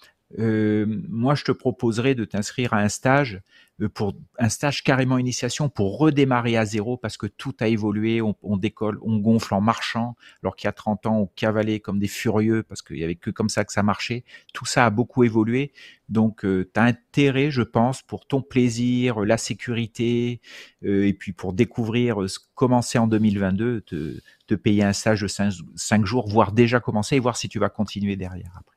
moi, je te proposerais de t'inscrire à un stage, pour un stage carrément initiation, pour redémarrer à zéro, parce que tout a évolué, on décolle, on gonfle en marchant, alors qu'il y a 30 ans, on cavalait comme des furieux, parce qu'il y avait que comme ça que ça marchait. Tout ça a beaucoup évolué. Donc, tu as intérêt, je pense, pour ton plaisir, la sécurité, et puis pour découvrir commencer en 2022, te payer un stage de 5 jours, voire déjà commencer, et voir si tu vas continuer derrière après.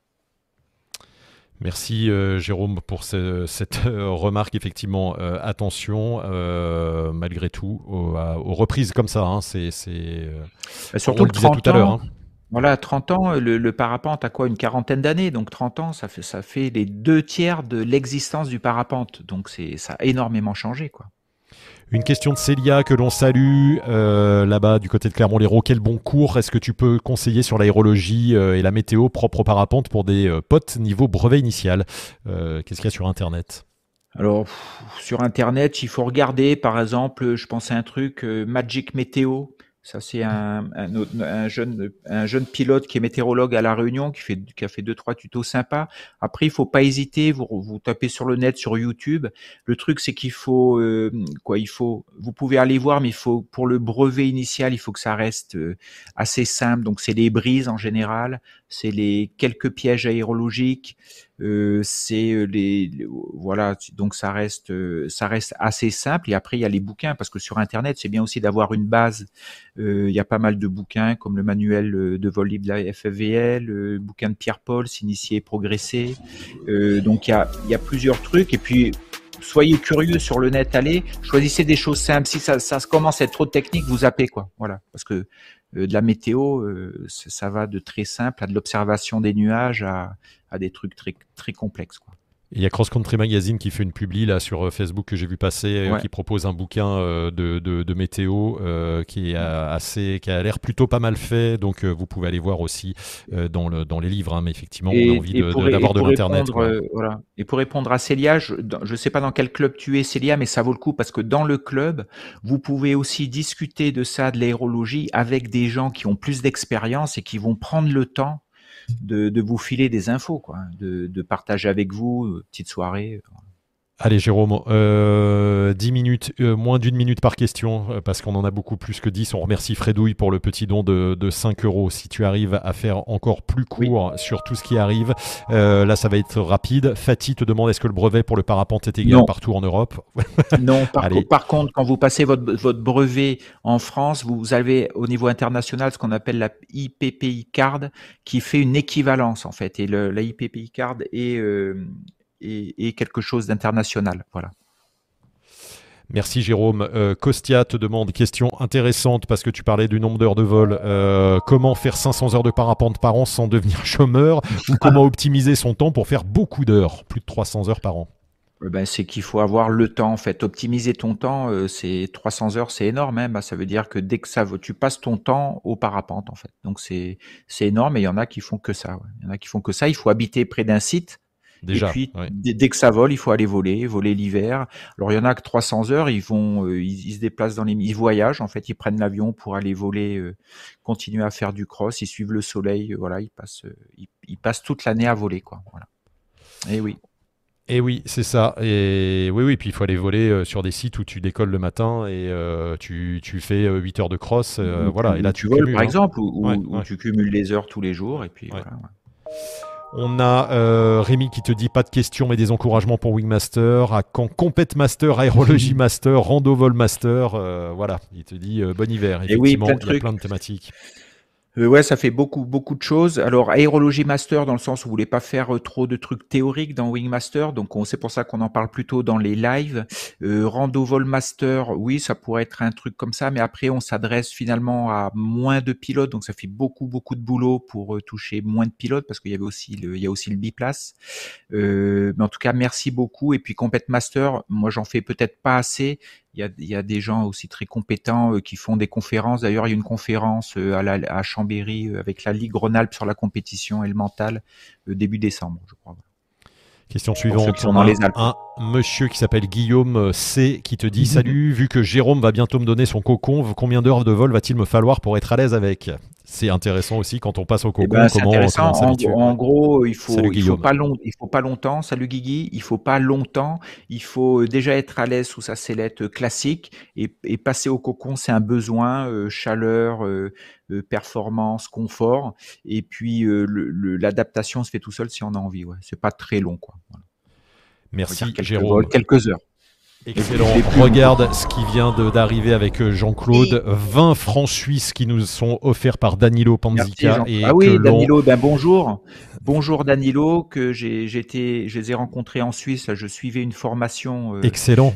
Merci Jérôme pour cette remarque. Effectivement, attention malgré tout aux reprises comme ça. Hein, surtout on le disait tout à l'heure. Hein. Voilà, 30 ans, le parapente a quoi? Une quarantaine d'années. Donc 30 ans, ça fait les 2/3 de l'existence du parapente. Donc ça a énormément changé, quoi. Une question de Célia que l'on salue là-bas du côté de Clermont-Lérault. Quel bon cours est-ce que tu peux conseiller sur l'aérologie et la météo propre au parapente pour des potes niveau brevet initial? Qu'est-ce qu'il y a sur Internet? Alors, sur Internet, il faut regarder, par exemple, je pense à un truc, Magic Météo. Ça, c'est un jeune pilote qui est météorologue à La Réunion, qui a fait deux, trois tutos sympas. Après, il faut pas hésiter. Vous tapez sur le net, sur YouTube. Le truc, c'est qu'il faut, vous pouvez aller voir, mais il faut, pour le brevet initial, il faut que ça reste assez simple. Donc, c'est les brises en général, c'est les quelques pièges aérologiques, voilà. Donc, ça reste assez simple. Et après, il y a les bouquins, parce que sur Internet, c'est bien aussi d'avoir une base. Il y a pas mal de bouquins comme le manuel de vol libre de la FFVL, le bouquin de Pierre-Paul, S'initier et progresser. Donc il y a plusieurs trucs. Et puis soyez curieux sur le net, allez, choisissez des choses simples. Si ça commence à être trop technique, vous zappez quoi. Voilà, parce que de la météo, ça va de très simple à de l'observation des nuages à des trucs très très complexes quoi. Il y a Cross Country Magazine qui fait une publi là sur Facebook que j'ai vu passer, Ouais. qui propose un bouquin de météo qui a l'air plutôt pas mal fait. Donc vous pouvez aller voir aussi dans les livres, hein, mais effectivement on a envie d'avoir de l'internet, quoi. Voilà. Et pour répondre à Célia, je sais pas dans quel club tu es, Célia, mais ça vaut le coup parce que dans le club, vous pouvez aussi discuter de ça, de l'aérologie, avec des gens qui ont plus d'expérience et qui vont prendre le temps de vous filer des infos, quoi, de partager avec vous, petite soirée. Allez Jérôme, 10 minutes, moins d'une minute par question, parce qu'on en a beaucoup plus que 10. On remercie Fredouille pour le petit don de 5 euros. Si tu arrives à faire encore plus court sur tout ce qui arrive, là ça va être rapide. Fatih te demande, est-ce que le brevet pour le parapente est égal partout en Europe? Non, par contre, quand vous passez votre brevet en France, vous avez au niveau international ce qu'on appelle la IPPI card qui fait une équivalence en fait. Et la IPPI card est quelque chose d'international. Voilà. Merci Jérôme. Costia te demande, question intéressante parce que tu parlais du nombre d'heures de vol. Comment faire 500 heures de parapente par an sans devenir chômeur ou comment optimiser son temps pour faire beaucoup d'heures, plus de 300 heures par an? C'est qu'il faut avoir le temps en fait. Optimiser ton temps, c'est 300 heures, c'est énorme. Hein. Ça veut dire que dès que tu passes ton temps au parapente en fait. Donc c'est énorme et il y en a qui font que ça. Ouais. Il y en a qui font que ça. Il faut habiter près d'un site. Déjà, et puis, dès que ça vole, il faut aller voler l'hiver. Alors, il y en a que 300 heures, ils se déplacent ils voyagent, en fait, ils prennent l'avion pour aller voler, continuer à faire du cross, ils suivent le soleil, voilà, ils passent toute l'année à voler, quoi, voilà. Et oui. Et oui, c'est ça. Et oui, puis il faut aller voler sur des sites où tu décolles le matin et tu fais 8 heures de cross, voilà. Et là, tu voles, cumules, par exemple, où tu cumules les heures tous les jours, et puis voilà. Ouais. On a Rémi qui te dit pas de questions mais des encouragements pour Wingmaster. À quand Compète Master, Aérologie Master, Rando Vol Master. Voilà, il te dit bon hiver. Effectivement, il y a plein de thématiques. Ouais, ça fait beaucoup de choses. Alors, aérologie master dans le sens où vous voulez pas faire trop de trucs théoriques dans Wingmaster, donc c'est pour ça qu'on en parle plutôt dans les lives. Rando vol master, oui, ça pourrait être un truc comme ça, mais après on s'adresse finalement à moins de pilotes, donc ça fait beaucoup de boulot pour toucher moins de pilotes parce qu'il y a aussi le biplace. Mais en tout cas, merci beaucoup. Et puis Compète Master, moi j'en fais peut-être pas assez. Il y a des gens aussi très compétents qui font des conférences. D'ailleurs, il y a une conférence à Chambéry avec la Ligue Rhône-Alpes sur la compétition et le mental début décembre, je crois. Question suivante, on a un monsieur qui s'appelle Guillaume C qui te dit salut, vu que Jérôme va bientôt me donner son cocon, combien d'heures de vol va-t-il me falloir pour être à l'aise avec? C'est intéressant aussi quand on passe au cocon, comment s'habituer. En gros, il faut pas longtemps. Salut Guigui, il faut pas longtemps. Il faut déjà être à l'aise sous sa sellette classique et passer au cocon, c'est un besoin, chaleur, performance, confort. Et puis l'adaptation se fait tout seul si on a envie. Ouais, c'est pas très long, quoi. Voilà. Merci Jérôme. Quelques heures. Excellent. Regarde ce qui vient d'arriver avec Jean-Claude. 20 francs suisses qui nous sont offerts par Danilo Panzica. Danilo, bonjour. Bonjour Danilo, que je les ai rencontrés en Suisse. Là, je suivais une formation excellent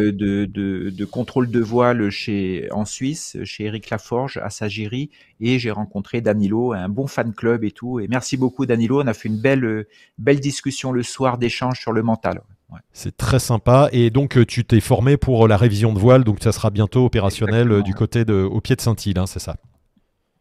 de contrôle de voile en Suisse, chez Eric Laforge à Sagiri, et j'ai rencontré Danilo, un bon fan club et tout. Et merci beaucoup Danilo, on a fait une belle discussion le soir d'échange sur le mental. Ouais. C'est très sympa. Et donc, tu t'es formé pour la révision de voile, donc ça sera bientôt opérationnel du côté au pied de Saint-Île, hein, c'est ça?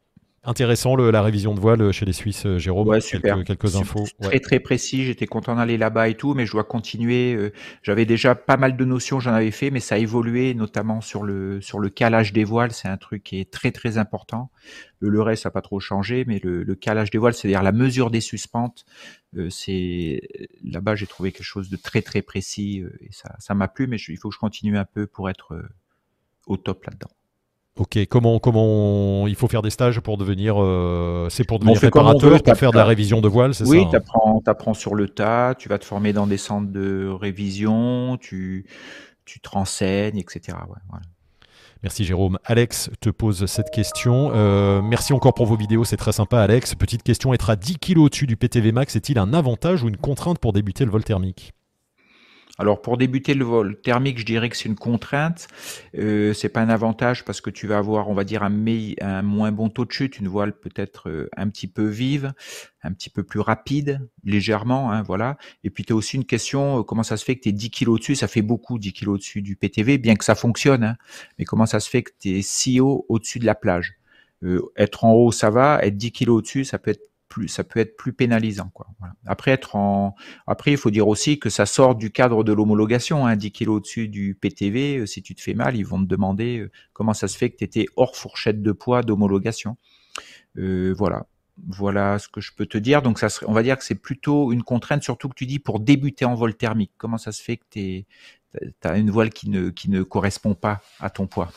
Intéressant la révision de voile chez les Suisses, Jérôme. Ouais, super. Quelques infos. Ouais. Très très précis. J'étais content d'aller là-bas et tout, mais je dois continuer. J'avais déjà pas mal de notions, j'en avais fait, mais ça a évolué, notamment sur le calage des voiles. C'est un truc qui est très très important. Le reste n'a pas trop changé, mais le calage des voiles, c'est-à-dire la mesure des suspentes, c'est là-bas j'ai trouvé quelque chose de très très précis et ça m'a plu, mais il faut que je continue un peu pour être au top là-dedans. Ok, comment il faut faire des stages pour devenir, c'est pour On devenir fait comme on veut. réparateur, pour faire de la révision de voile, c'est ça, Oui, hein? t'apprends sur le tas, tu vas te former dans des centres de révision, tu te renseignes, etc. Ouais, voilà. Merci Jérôme. Alex te pose cette question. Merci encore pour vos vidéos, c'est très sympa Alex. Petite question, être à 10 kg au-dessus du PTV max est-il un avantage ou une contrainte pour débuter le vol thermique? Alors pour débuter le vol thermique, je dirais que c'est une contrainte. C'est pas un avantage parce que tu vas avoir, on va dire, un moins bon taux de chute, une voile peut-être un petit peu vive, un petit peu plus rapide, légèrement, hein, voilà. Et puis tu as aussi une question, comment ça se fait que tu es 10 kilos au-dessus? Ça fait beaucoup, 10 kilos au-dessus du PTV, bien que ça fonctionne, hein, mais comment ça se fait que tu es si haut au-dessus de la plage? Être en haut, ça va, être 10 kilos au-dessus, ça peut être plus pénalisant, quoi. Voilà. Après, il faut dire aussi que ça sort du cadre de l'homologation, hein, 10 kilos au-dessus du PTV, si tu te fais mal, ils vont te demander comment ça se fait que tu étais hors fourchette de poids d'homologation. Voilà. Voilà ce que je peux te dire. Donc, on va dire que c'est plutôt une contrainte, surtout que tu dis pour débuter en vol thermique. Comment ça se fait que tu as une voile qui ne correspond pas à ton poids?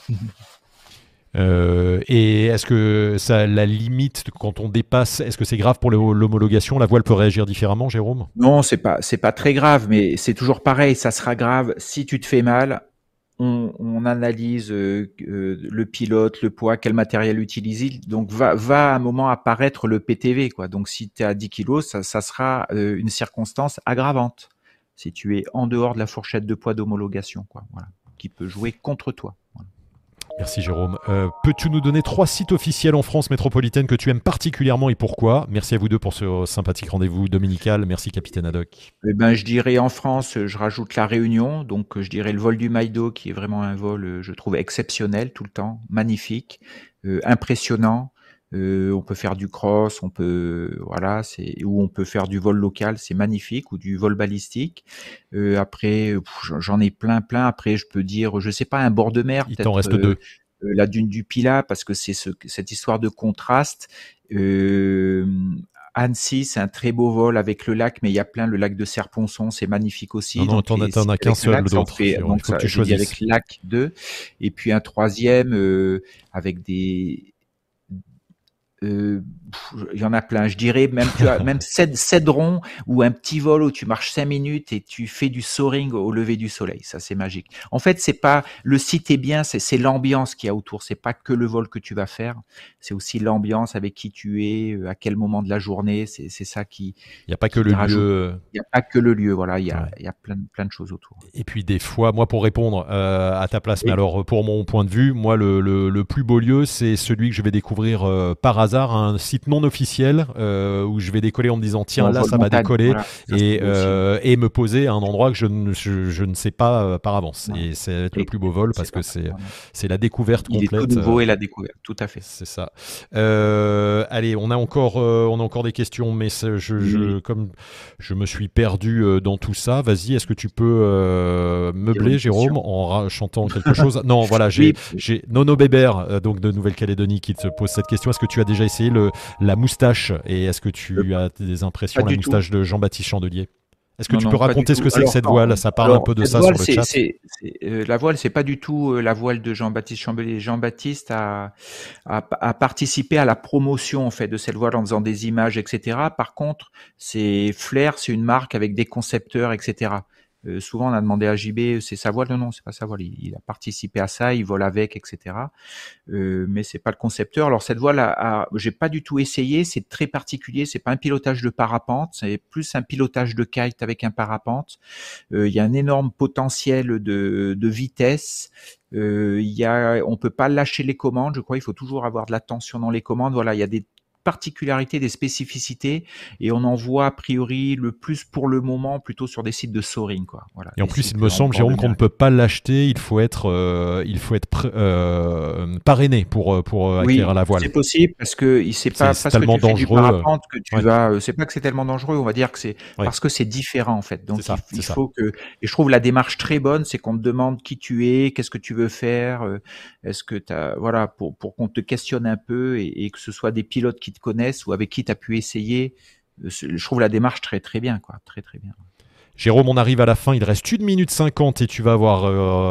Et est-ce que ça, la limite, quand on dépasse, est-ce que c'est grave pour l'homologation? La voile peut réagir différemment, Jérôme? Non, c'est pas très grave, mais c'est toujours pareil. Ça sera grave si tu te fais mal. On analyse le pilote, le poids, quel matériel utiliser. Donc va à un moment apparaître le PTV, quoi. Donc si tu es à 10 kilos, ça sera une circonstance aggravante. Si tu es en dehors de la fourchette de poids d'homologation, quoi. Voilà, qui peut jouer contre toi. Voilà. Merci Jérôme. Peux-tu nous donner 3 sites officiels en France métropolitaine que tu aimes particulièrement et pourquoi? Merci à vous deux pour ce sympathique rendez-vous dominical. Merci Capitaine Haddock. Eh ben, je dirais en France, je rajoute la Réunion, donc je dirais le vol du Maïdo, qui est vraiment un vol, je trouve exceptionnel tout le temps, magnifique, impressionnant. On peut faire du cross, voilà, ou on peut faire du vol local, c'est magnifique, ou du vol balistique. Après, j'en ai plein. Après, je peux dire, je sais pas, un bord de mer, Il t'en peut-être reste 2. la dune du Pilat, parce que c'est cette histoire de contraste. Euh, Annecy, c'est un très beau vol avec le lac, mais il y a le lac de Serponçon, c'est magnifique aussi. Non, Donc, t'en as qu'un avec le seul lac, d'autre. Il faut que tu j'ai dit choisisses. avec lac 2. Et puis un troisième, avec euh, il y en a plein. Je dirais même, même Cédron ou un petit vol où tu marches 5 minutes et tu fais du soaring au lever du soleil. Ça, c'est magique. En fait, c'est pas, le site est bien, c'est l'ambiance qu'il y a autour. C'est pas que le vol que tu vas faire. C'est aussi l'ambiance avec qui tu es, à quel moment de la journée. C'est ça Il n'y a pas que le lieu. Il n'y a pas que le lieu. Voilà. Il y Ouais. a plein de choses autour. Et puis des fois, moi pour répondre à ta place, mais Oui. alors pour mon point de vue, moi le plus beau lieu, c'est celui que je vais découvrir par hasard, un site non officiel où je vais décoller en me disant tiens là ça va décoller, voilà, ça, et me poser à un endroit que je ne sais pas par avance. Ouais. Et c'est être le plus beau vol parce que c'est la découverte Il est complète. tout nouveau et la découverte, tout à fait. C'est ça. Allez, on a encore des questions, mais comme je me suis perdu dans tout ça, vas-y, est-ce que tu peux meubler, Jérôme, en chantant quelque chose? Non, voilà, j'ai Nono Bébert, donc de Nouvelle-Calédonie, qui te pose cette question. Est-ce que tu as déjà essayé la moustache et est-ce que tu as des impressions, la moustache de Jean-Baptiste Chandelier? Est-ce que tu peux raconter ce que c'est que cette voile? Ça parle un peu de ça sur le chat. La voile, c'est pas du tout la voile de Jean-Baptiste Chambellier. Jean-Baptiste a participé à la promotion en fait de cette voile en faisant des images, etc. Par contre, c'est Flair, c'est une marque avec des concepteurs, etc. Souvent, on a demandé à JB, c'est sa voile? Non, c'est pas sa voile. Il a participé à ça, il vole avec, etc. Mais c'est pas le concepteur. Alors cette voile, j'ai pas du tout essayé. C'est très particulier. C'est pas un pilotage de parapente, c'est plus un pilotage de kite avec un parapente. Il y a un énorme potentiel de vitesse. On peut pas lâcher les commandes. Je crois il faut toujours avoir de la tension dans les commandes. Voilà, il y a des particularités, des spécificités, et on en voit a priori le plus pour le moment plutôt sur des sites de soaring, quoi. Voilà, Et en des plus, il sites me en semble, bord de Jérôme, qu'on mer. ne peut pas l'acheter. Il faut être parrainé pour acquérir Oui, la voile. c'est possible parce que c'est pas C'est parce que tellement tu fais du dangereux. parapente que tu Ouais, vas. C'est pas que c'est tellement dangereux, on va dire que c'est ouais, parce que c'est différent en fait. c'est Donc ça, c'est il ça. faut que et je trouve la démarche très bonne, c'est qu'on te demande qui tu es, qu'est-ce que tu veux faire, est-ce que t'as voilà pour qu'on te questionne un peu et que ce soit des pilotes qui te connaissent ou avec qui tu as pu essayer. Je trouve la démarche très très bien quoi, très très bien. Jérôme, on arrive à la fin, il reste 1 minute 50 et tu vas avoir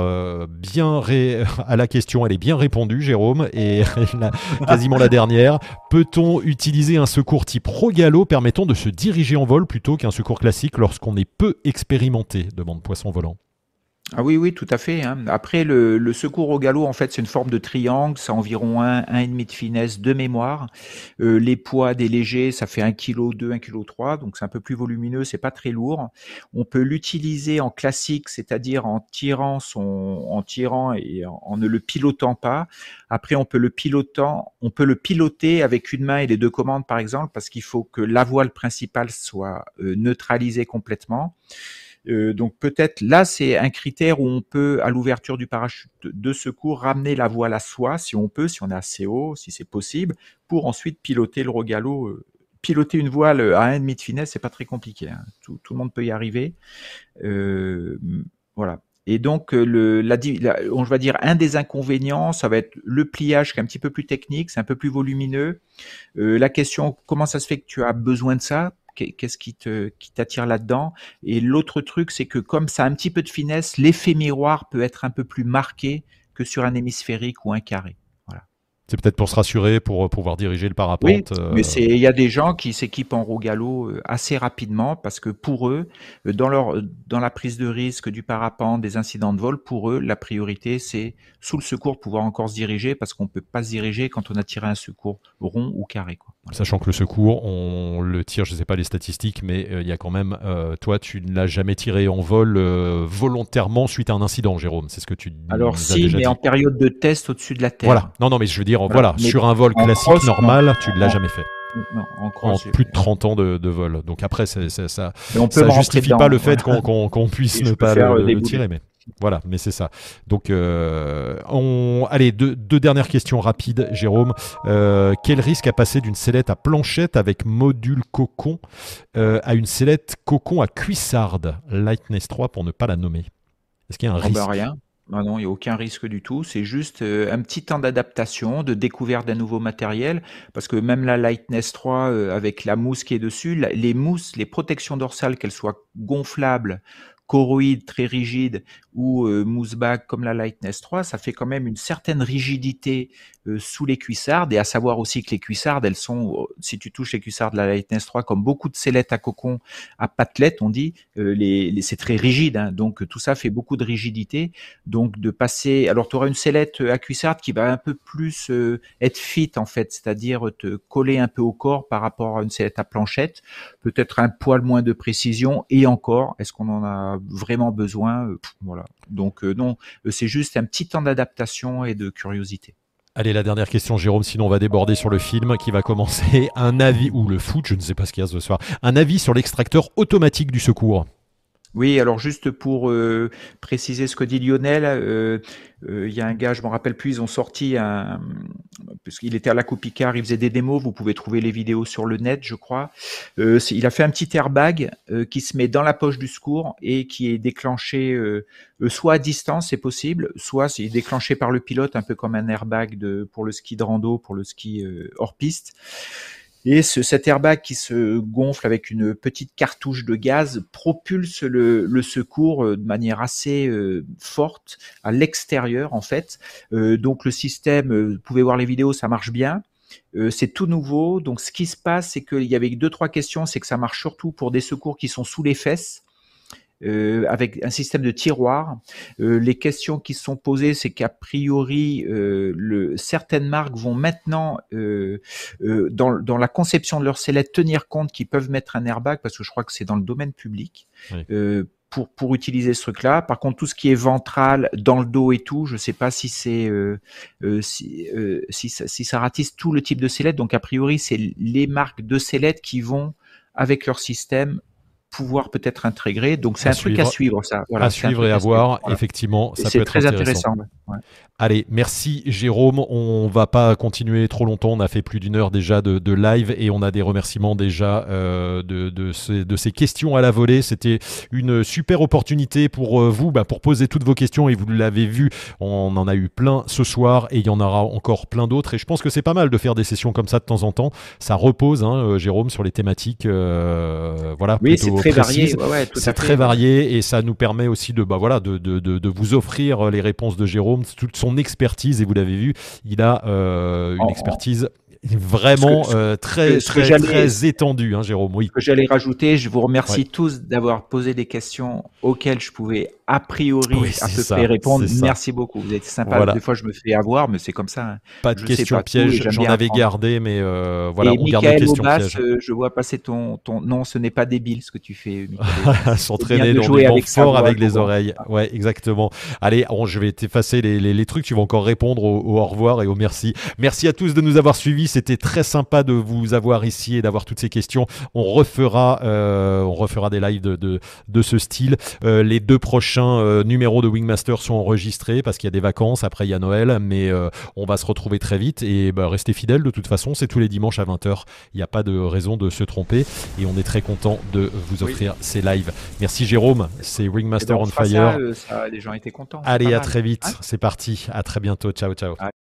à la question, elle est bien répondue, Jérôme, et quasiment la dernière. Peut-on utiliser un secours type Rogallo permettant de se diriger en vol plutôt qu'un secours classique lorsqu'on est peu expérimenté, demande Poisson Volant. Ah oui, oui, tout à fait, hein. Après, le secours au galop, en fait, c'est une forme de triangle. C'est environ 1,5 de finesse de mémoire. Les poids des légers, ça fait 1,2 kg, 1,3 kg. Donc, c'est un peu plus volumineux. C'est pas très lourd. On peut l'utiliser en classique, c'est-à-dire en tirant et en ne le pilotant pas. Après, on peut le piloter avec une main et les deux commandes, par exemple, parce qu'il faut que la voile principale soit neutralisée complètement. Donc peut-être là, c'est un critère où on peut, à l'ouverture du parachute de secours, ramener la voile à soi, si on peut, si on est assez haut, si c'est possible, pour ensuite piloter le rogallo. Piloter une voile à 1,5 de finesse, c'est pas très compliqué, hein. Tout le monde peut y arriver. Euh, voilà. Et donc, on va dire un des inconvénients, ça va être le pliage qui est un petit peu plus technique, c'est un peu plus volumineux. La question, comment ça se fait que tu as besoin de ça? Qu'est-ce qui t'attire là-dedans? Et l'autre truc, c'est que comme ça a un petit peu de finesse, l'effet miroir peut être un peu plus marqué que sur un hémisphérique ou un carré. Voilà. C'est peut-être pour se rassurer, pour pouvoir diriger le Oui, parapente. mais il y a des gens qui s'équipent en Rogallo assez rapidement parce que pour eux, dans la prise de risque du parapente, des incidents de vol, pour eux, la priorité, c'est sous le secours de pouvoir encore se diriger parce qu'on peut pas se diriger quand on a tiré un secours rond ou carré, quoi. Voilà. Sachant que le secours, on le tire, je ne sais pas les statistiques, mais il y a quand même. Toi, tu ne l'as jamais tiré en vol volontairement suite à un incident, Jérôme. C'est ce que tu Alors nous as si, déjà mais dit. en période de test au-dessus de la Voilà. Terre. Non, non, mais je veux dire, Voilà. voilà, Mais sur un vol en classique, cross, non. normal, tu ne l'as jamais fait. Non, en En cross, plus de 30 ans de vol. Donc après, ça mais on peut me rentrer justifie pas dedans. le fait Voilà. qu'on puisse Et ne je peux pas faire des le boulets. tirer, mais voilà, mais c'est ça. Donc, allez, deux dernières questions rapides, Jérôme. Quel risque à passer d'une sellette à planchette avec module cocon à une sellette cocon à cuissarde, Lightness 3 pour ne pas la nommer? Est-ce qu'il y a un Oh ben risque? rien. Ah non, il n'y a aucun risque du tout. C'est juste un petit temps d'adaptation, de découverte d'un nouveau matériel. Parce que même la Lightness 3, avec la mousse qui est dessus, les mousses, les protections dorsales, qu'elles soient gonflables, choroïdes, très rigides, ou mousse bag comme la Lightness 3, ça fait quand même une certaine rigidité sous les cuissardes. Et à savoir aussi que les cuissardes, elles sont, si tu touches les cuissardes de la Lightness 3, comme beaucoup de sellettes à cocon, à patelette, on dit, c'est très rigide, hein. Donc tout ça fait beaucoup de rigidité. Donc de passer, alors tu auras une sellette à cuissarde qui va un peu plus être fit en fait, c'est-à-dire te coller un peu au corps par rapport à une sellette à planchette, peut-être un poil moins de précision et encore, est-ce qu'on en a vraiment besoin? Voilà. Donc non, c'est juste un petit temps d'adaptation et de curiosité. Allez, la dernière question, Jérôme, sinon on va déborder sur le film qui va commencer. Un avis, ou le foot, je ne sais pas ce qu'il y a ce soir. Un avis sur l'extracteur automatique du secours. Oui, alors juste pour préciser ce que dit Lionel, il y a un gars, je me rappelle plus, ils ont sorti puisqu'il était à la Coupe Picard, il faisait des démos, vous pouvez trouver les vidéos sur le net, je crois. Il a fait un petit airbag qui se met dans la poche du secours et qui est déclenché soit à distance, c'est possible, soit c'est déclenché par le pilote, un peu comme un airbag pour le ski de rando, pour le ski hors piste. Et cet airbag qui se gonfle avec une petite cartouche de gaz propulse le secours de manière assez forte à l'extérieur en fait. Donc le système, vous pouvez voir les vidéos, ça marche bien. C'est tout nouveau. Donc ce qui se passe, c'est qu'il y avait 2-3 questions, c'est que ça marche surtout pour des secours qui sont sous les fesses. Avec un système de tiroir. Les questions qui se sont posées, c'est qu'a priori, certaines marques vont maintenant, dans la conception de leur sellette, tenir compte qu'ils peuvent mettre un airbag, parce que je crois que c'est dans le domaine public. Oui. pour utiliser ce truc-là. Par contre, tout ce qui est ventral, dans le dos et tout, je sais pas si c'est si ça ratisse tout le type de sellette. Donc a priori, c'est les marques de sellettes qui vont avec leur système pouvoir peut-être intégrer. Donc c'est un truc à suivre, ça. Voilà, à suivre et à voir. Voilà. Effectivement, ça peut être très intéressant. Ouais. Allez, merci Jérôme. On va pas continuer trop longtemps. On a fait plus d'1 heure déjà de live et on a des remerciements déjà de ces questions à la volée. C'était une super opportunité pour vous, pour poser toutes vos questions et vous l'avez vu, on en a eu plein ce soir et il y en aura encore plein d'autres. Et je pense que c'est pas mal de faire des sessions comme ça de temps en temps. Ça repose, Jérôme, sur les thématiques. Voilà. Oui, c'est très varié. Ouais, c'est très varié et ça nous permet aussi de vous offrir les réponses de Jérôme, toute son expertise, et vous l'avez vu, il a une expertise vraiment très étendue, Jérôme. Oui. Ce que j'allais rajouter, je vous remercie tous d'avoir posé des questions auxquelles je pouvais a priori à peu près répondre. Merci beaucoup, vous êtes sympa. Voilà. Des fois, je me fais avoir, mais c'est comme ça. Pas de questions pièges, j'en avais gardé, mais voilà, on garde les questions pièges. Je vois passer ton nom, ce n'est pas débile ce que tu fais, s'entraîner dans des bancs forts avec les oreilles. Ouais, exactement. Allez, je vais t'effacer les trucs, tu vas encore répondre au au revoir et au merci. Merci à tous de nous avoir suivis, c'était très sympa de vous avoir ici et d'avoir toutes ces questions. On refera des lives de ce style. Les 2 prochains numéros de Wingmaster sont enregistrés parce qu'il y a des vacances, après il y a Noël, mais on va se retrouver très vite et restez fidèles, de toute façon c'est tous les dimanches à 20h, il n'y a pas de raison de se tromper et on est très content de vous offrir ces lives. Merci Jérôme, c'est Wingmaster on Fire. Les gens étaient contents. Allez, à très vite, c'est parti, à très bientôt, ciao.